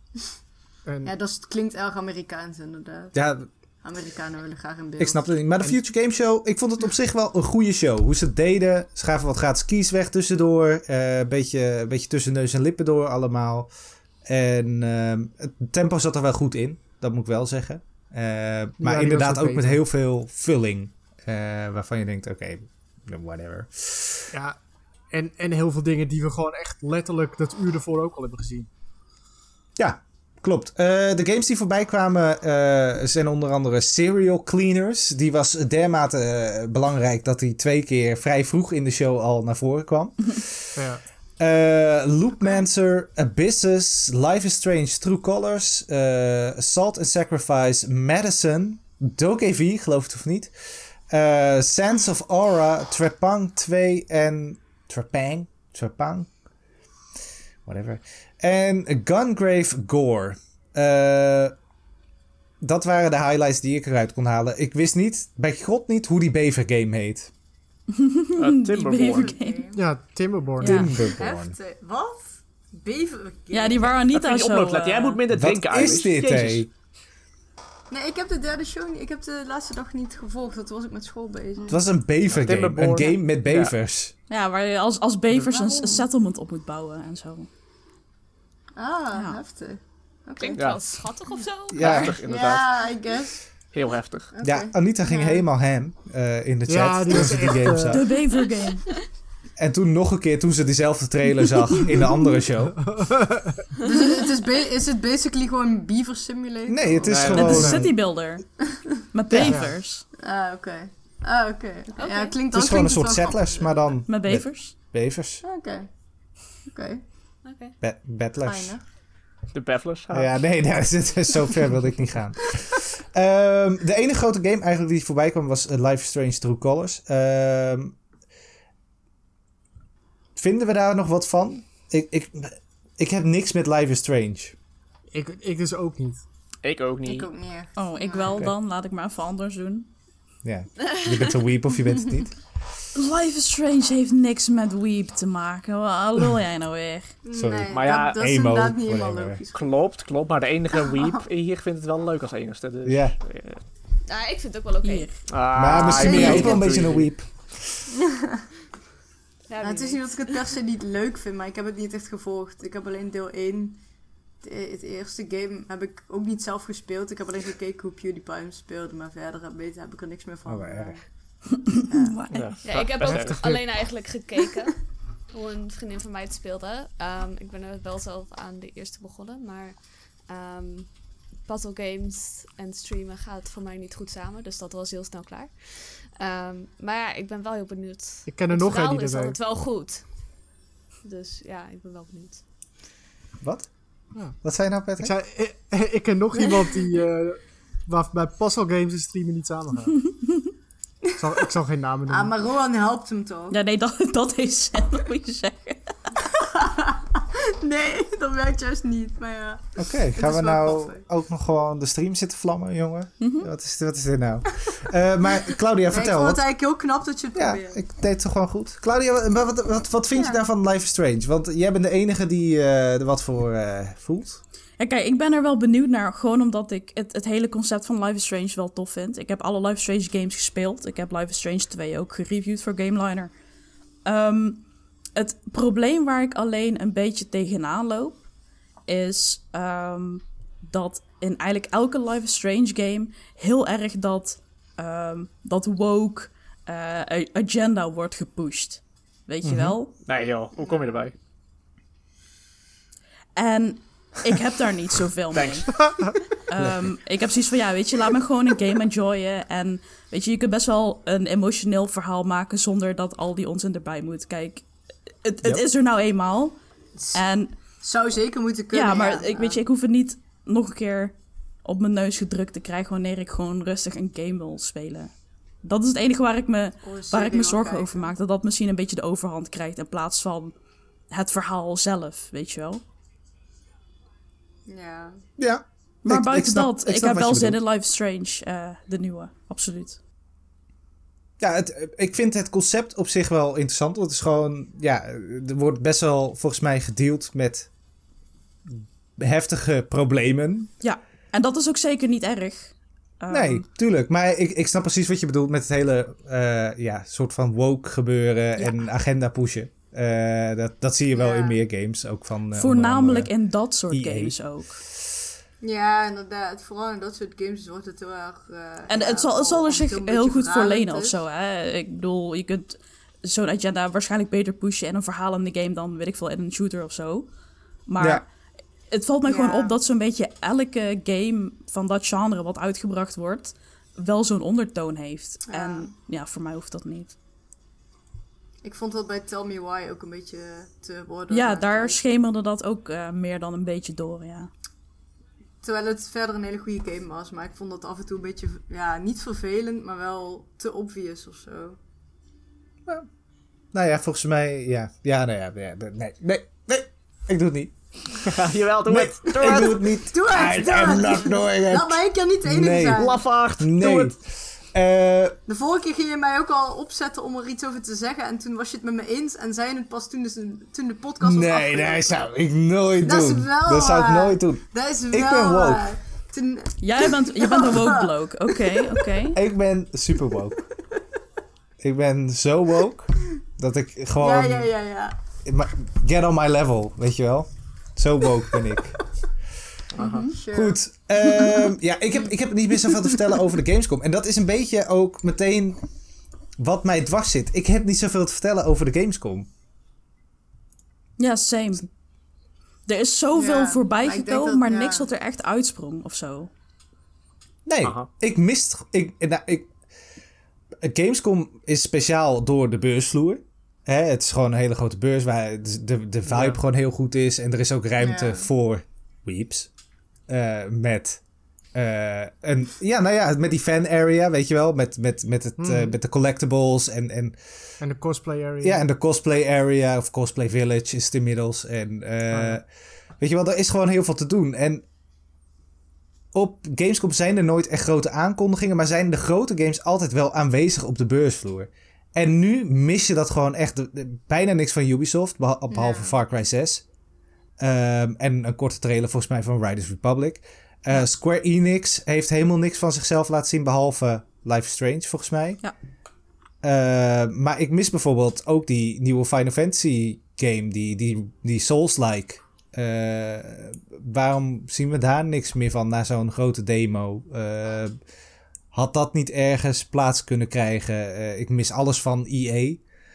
En Ja, dat klinkt erg Amerikaans inderdaad. ja, Amerikanen willen graag in beeld. ik snap het niet. Maar de Future Game Show, ik vond het op zich wel een goede show. Hoe ze het deden, ze gaven wat gratis keys weg tussendoor. Een beetje tussen neus en lippen door allemaal. En het tempo zat er wel goed in, dat moet ik wel zeggen. Maar die inderdaad was ook ook met beter. heel veel vulling. Waarvan je denkt, oké, whatever. ja, En heel veel dingen die we gewoon echt letterlijk dat uur ervoor ook al hebben gezien. Ja, klopt. De games die voorbij kwamen zijn onder andere Serial Cleaners. Die was dermate belangrijk dat hij 2 keer vrij vroeg in de show al naar voren kwam. Ja. Loopmancer, Abysses, Life is Strange, True Colors, Assault and Sacrifice, Madison, Dokev, geloof het of niet. Sands of Aura, Trepang 2 en... Trepang? Whatever. En Gungrave Gore. Dat waren de highlights die ik eruit kon halen. Ik wist niet, bij God niet, hoe die bevergame heet. Timberborn. Ja, Timberborn. Ja. Timberborn. Heftig. Wat? Bever. Ja, die waren niet Even al die zo... upload letten. Jij moet minder drinken, Wat is Irish. dit, Jezus. hé? Nee, ik heb de derde show niet. Ik heb de laatste dag niet gevolgd. Dat was ik met school bezig. Het was een bevergame. Timberborn. Een game met bevers. Ja, waar je als bevers een settlement op moet bouwen en zo. Ja. Heftig. Oké. Klinkt Ja. wel schattig of zo. Ja, Heftig, inderdaad. Ja, I guess. Heel heftig. Oké. ja, Anita ging helemaal ham in de chat Ja, die toen was ze die echt, game zag. De bever game. En toen nog een keer toen ze diezelfde trailer zag in de andere show. Dus is het basically gewoon Beaver Simulator? Nee, het is Nee, gewoon... Het is een- City Builder. Met bevers. Oké. Oké. Ja, klinkt Het dan is gewoon een klinkt soort wel settlers, maar dan Met bevers. bevers. grappig. Oké. Battlers. Fijne. De Bafflers. Ja, nee, zo ver wilde ik niet gaan. De ene grote game eigenlijk die voorbij kwam was Life is Strange True Colors. Vinden we daar nog wat van? Ik heb niks met Life is Strange. Ik dus ook niet. Ik ook niet. Ik ook niet echt. Oh, ik wel Oké. dan. Laat ik maar even anders doen. Ja, je bent een weep of je bent het niet. Life is Strange heeft niks met weep te maken. Wat lul jij nou weer? Sorry. Nee, Maar ja, dat is emo, inderdaad niet helemaal whatever. logisch. Klopt. Maar de enige weep hier vindt het wel leuk als enigste. Dus, Ja. Ja, ik vind het ook wel oké. Hier. Maar misschien ben nee, jij ook ik wel een heb- beetje een weep. Ja, Nou, het is niet dat ik het per se niet leuk vind, maar ik heb het niet echt gevolgd. Ik heb alleen deel 1, het eerste game, heb ik ook niet zelf gespeeld. Ik heb alleen gekeken hoe PewDiePie hem speelde, maar verder heb ik er niks meer van. Oh, erg. Ja, ik heb best ook erg. alleen eigenlijk gekeken hoe een vriendin van mij het speelde. Ik ben er wel zelf aan de eerste begonnen, maar puzzle games en streamen gaat voor mij niet goed samen, dus dat was heel snel klaar. Maar ja, ik ben wel heel benieuwd. Ik ken er Het nog één verhaal die is dat altijd weet. wel goed. Dus ja, ik ben wel benieuwd. Wat? Ja. Wat zei je nou, Ik Patrick? zei, ik ken nog iemand die waar bij puzzle games en streamen niet samen gaan. Ik zal geen namen noemen. Maar Rohan helpt hem toch? Ja, nee, dat is dat moet je zeggen. Nee, dat werkt juist niet, maar ja. Oké, gaan is we wel nou grappig. ook nog gewoon de stream zitten vlammen, jongen? Wat is dit nou? Maar Claudia, Ik vertel. vond het Wat, eigenlijk heel knap dat je het ja, probeert. ik deed het toch gewoon goed. Claudia, maar wat vind je daarvan Life is Strange? Want jij bent de enige die er wat voor voelt. Ja, kijk, ik ben er wel benieuwd naar. Gewoon omdat ik het hele concept van Life is Strange wel tof vind. Ik heb alle Life is Strange games gespeeld. Ik heb Life is Strange 2 ook gereviewd voor GameLiner. Het probleem waar ik alleen een beetje tegenaan loop... is dat in eigenlijk elke Life is Strange game... heel erg dat woke agenda wordt gepusht. Weet je wel? Nee joh, hoe kom je erbij? En ik heb daar niet zoveel mee. Ik heb zoiets van, ja, weet je, laat me gewoon een game enjoyen. En weet je kunt best wel een emotioneel verhaal maken zonder dat al die onzin erbij moet. Kijk, het is er nou eenmaal. En Zou zeker moeten kunnen. ja, maar ik hoef het niet nog een keer op mijn neus gedrukt te krijgen wanneer ik gewoon rustig een game wil spelen. Dat is het enige waar ik me zorgen over maak. Dat misschien een beetje de overhand krijgt in plaats van het verhaal zelf, weet je wel. Ja. Ja. Maar buiten dat, ik heb wat wel je zin in bedoelt. Life is Strange, de nieuwe, absoluut. Ja, ik vind het concept op zich wel interessant. Want het is gewoon, ja, er wordt best wel volgens mij gedeeld met heftige problemen. Ja, en dat is ook zeker niet erg. Nee, tuurlijk. Maar ik snap precies wat je bedoelt met het hele soort van woke gebeuren en agenda pushen. Dat zie je wel in meer games. Ook van, Voornamelijk onder in dat soort EA. games ook. Ja, inderdaad. Vooral in dat soort games wordt het heel erg... En het zal er zich een heel beetje goed voor lenen verhalend of is. zo. Hè? Ik bedoel, je kunt zo'n agenda waarschijnlijk beter pushen in een verhalende game dan, weet ik veel, in een shooter of zo. Maar het valt mij gewoon op dat zo'n beetje elke game van dat genre wat uitgebracht wordt, wel zo'n ondertoon heeft. Ja. En ja, voor mij hoeft dat niet. Ik vond dat bij Tell Me Why ook een beetje te worden. Ja, daar schemerde dat ook meer dan een beetje door, ja. Terwijl het verder een hele goede game was. Maar ik vond dat af en toe een beetje, niet vervelend, maar wel te obvious of zo. Nou ja, volgens mij, nee, ik doe het niet. Jawel, doe het. Ik doe het niet. Doe het! I am not doing it. Laat mij een keer niet de enige zijn. Lafaard, Nee. doe het. De vorige keer ging je mij ook al opzetten om er iets over te zeggen. En toen was je het met me eens. En zei je het pas toen de podcast was afgelopen. dat zou ik nooit Dat is doen. wel Dat zou ik waar. nooit doen. Dat is wel Ik ben woke. waar. Toen... Je bent een woke bloke. Oké. Ik ben super woke. Ik ben zo woke dat ik gewoon... Ja. Get on my level, weet je wel. Zo woke ben ik. Sure. Goed. Ik heb niet meer zoveel te vertellen over de Gamescom. En dat is een beetje ook meteen wat mij dwars zit. Ik heb niet zoveel te vertellen over de Gamescom. Ja, same. Er is zoveel voorbij maar ik denk gekomen, dat, maar niks wat er echt uitsprong of zo. Nee, Aha. ik mist... Gamescom is speciaal door de beursvloer. Het is gewoon een hele grote beurs waar de vibe gewoon heel goed is. En er is ook ruimte voor weeps. Met die fan area, weet je wel. Met de collectibles en de cosplay area. ja, en de cosplay area of cosplay village is het inmiddels. En weet je wel, er is gewoon heel veel te doen. En op Gamescom zijn er nooit echt grote aankondigingen, maar zijn de grote games altijd wel aanwezig op de beursvloer. En nu mis je dat gewoon echt. Bijna niks van Ubisoft, behalve Far Cry 6. En een korte trailer volgens mij van Riders Republic. Square Enix heeft helemaal niks van zichzelf laten zien, behalve Life is Strange volgens mij. Ja. Maar ik mis bijvoorbeeld ook die nieuwe Final Fantasy game, die Souls-like. Waarom zien we daar niks meer van na zo'n grote demo? Had dat niet ergens plaats kunnen krijgen? Ik mis alles van EA.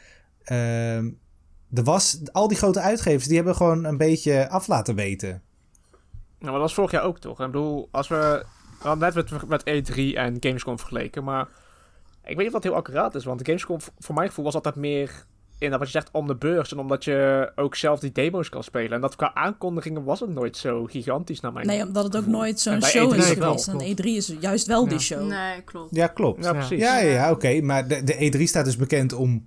Al die grote uitgevers, die hebben gewoon een beetje af laten weten. Nou, maar dat was vorig jaar ook toch? Ik bedoel, we hadden net met E3 en Gamescom vergeleken, maar ik weet niet of dat heel accuraat is, want de Gamescom, voor mijn gevoel, was altijd meer in dat wat je zegt om de beurs en omdat je ook zelf die demo's kan spelen. En dat qua aankondigingen was het nooit zo gigantisch naar mijn Nee, omdat het ook nooit zo'n bij show E3 is wel, geweest. En E3 is juist wel die show. Nee, klopt. Ja, klopt. Ja, precies. Ja, oké. Maar de E3 staat dus bekend om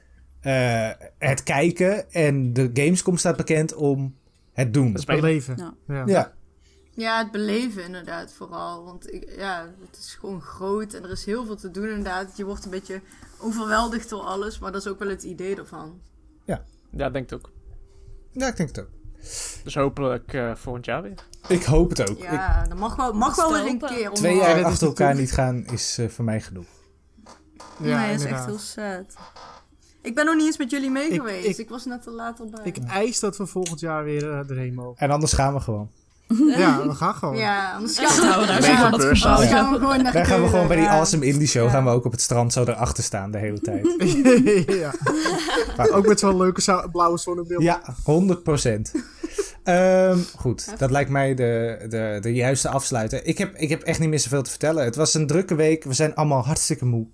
het kijken en de Gamescom staat bekend om het doen. Het Het beleven. Ja. Ja, het beleven inderdaad vooral. Want het is gewoon groot en er is heel veel te doen inderdaad. Je wordt een beetje overweldigd door alles, maar dat is ook wel het idee ervan. Ja, denk het ook. Ja, ik denk het ook. Dus hopelijk volgend jaar weer. Ik hoop het ook. Ja, dat mag wel weer een keer. 2 onderhand. jaar dat is achter elkaar natuurlijk- niet gaan is voor mij genoeg. Ja, nee, dat is echt inderdaad. heel sad. Ik ben nog niet eens met jullie mee Ik- geweest. Ik was net te laat erbij. Ik eis dat we volgend jaar weer erheen mogen. En anders gaan we gewoon. Ja, we gaan gewoon. Ja, anders Nou, daar Beetje zijn we wat beurs. gebouwd. gaan we gewoon naar Dan gaan we gewoon bij die ja. Awesome Indie Show Ja. gaan we ook op het strand zo erachter staan de hele tijd. Ja. Ook met zo'n leuke blauwe zonnebril. Ja, 100%. Goed, dat lijkt mij de juiste afsluiter. Ik heb echt niet meer zoveel te vertellen. Het was een drukke week. We zijn allemaal hartstikke moe.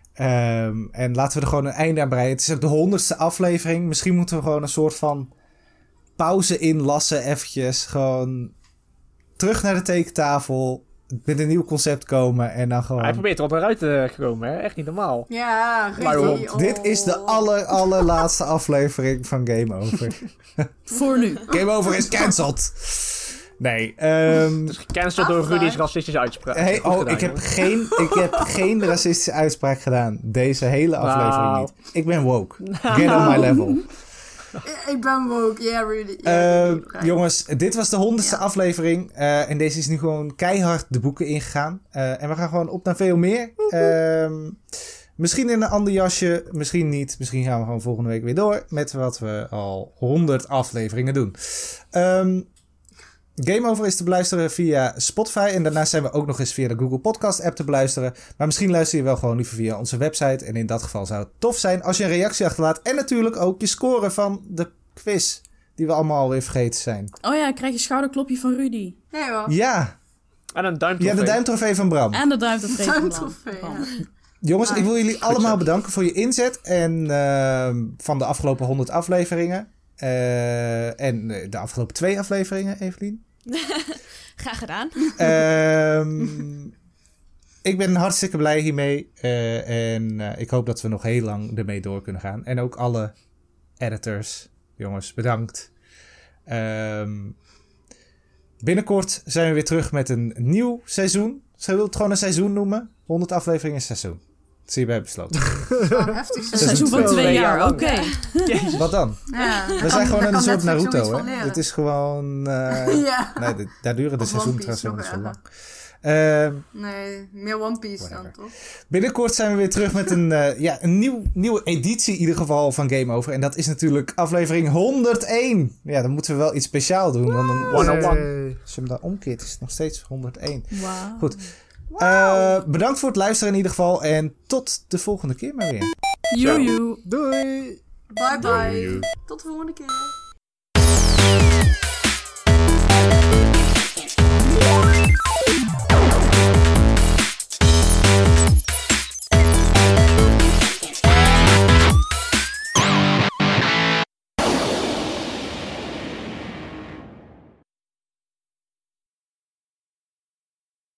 En laten we er gewoon een einde aan breien. Het is ook de 100ste aflevering. Misschien moeten we gewoon een soort van pauze inlassen eventjes. Gewoon terug naar de tekentafel. Met een nieuw concept komen. En dan gewoon... Hij probeert er al eruit te komen, hè? Echt niet normaal. Ja, Maar Rudy. waarom? Dit is de allerlaatste aflevering van Game Over. Voor nu. Game Over is cancelled. Nee, Dus gecanceld door Rudy's racistische uitspraak. Hey, Goed gedaan, ik heb jongen. geen racistische uitspraak gedaan. Deze hele aflevering Nou. niet. Ik ben woke. Get on my level. Ik ben woke. Ja, Rudy. Ja, Rudy, right. Jongens, dit was de 100ste aflevering. En deze is nu gewoon keihard de boeken ingegaan. En we gaan gewoon op naar veel meer. Misschien in een ander jasje, misschien niet. Misschien gaan we gewoon volgende week weer door met wat we al 100 afleveringen doen. Game Over is te beluisteren via Spotify. En daarnaast zijn we ook nog eens via de Google Podcast app te beluisteren. Maar misschien luister je wel gewoon liever via onze website. En in dat geval zou het tof zijn als je een reactie achterlaat. En natuurlijk ook je score van de quiz. Die we allemaal alweer vergeten zijn. Oh ja, ik krijg een schouderklopje van Rudy. Nee hoor. Ja. En een duimtrofee. Ja, de duimtrofee van Bram. En de duimtrofee van Bram. Duimtrofee, ja. Jongens, ik wil jullie allemaal bedanken voor je inzet. En van de afgelopen 100 afleveringen. En de afgelopen 2 afleveringen, Evelien. Graag gedaan. Ik ben hartstikke blij hiermee. En ik hoop dat we nog heel lang ermee door kunnen gaan. En ook alle editors. Jongens, bedankt. Binnenkort zijn we weer terug met een nieuw seizoen. Zullen we het gewoon een seizoen noemen? 100 afleveringen is seizoen. Dat zie je bij besloten. Heftig Een seizoen van 2 jaar, oké. Wat dan? Ja, We zijn gewoon een soort Naruto, hè? hè? Dit is gewoon... Ja. Nee, daar duren de Of seizoenen One Piece, trouwens helemaal niet zo nog lang. Nee, meer One Piece Whatever. dan, toch? Binnenkort zijn we weer terug met een nieuwe editie in ieder geval van Game Over. En dat is natuurlijk aflevering 101. Ja, dan moeten we wel iets speciaals doen. Want dan, 101. als je hem dan omkeert is het nog steeds 101. Wauw. Goed. Bedankt voor het luisteren in ieder geval. En tot de volgende keer maar weer. Joejoe. Doei! Bye bye. Tot de volgende keer.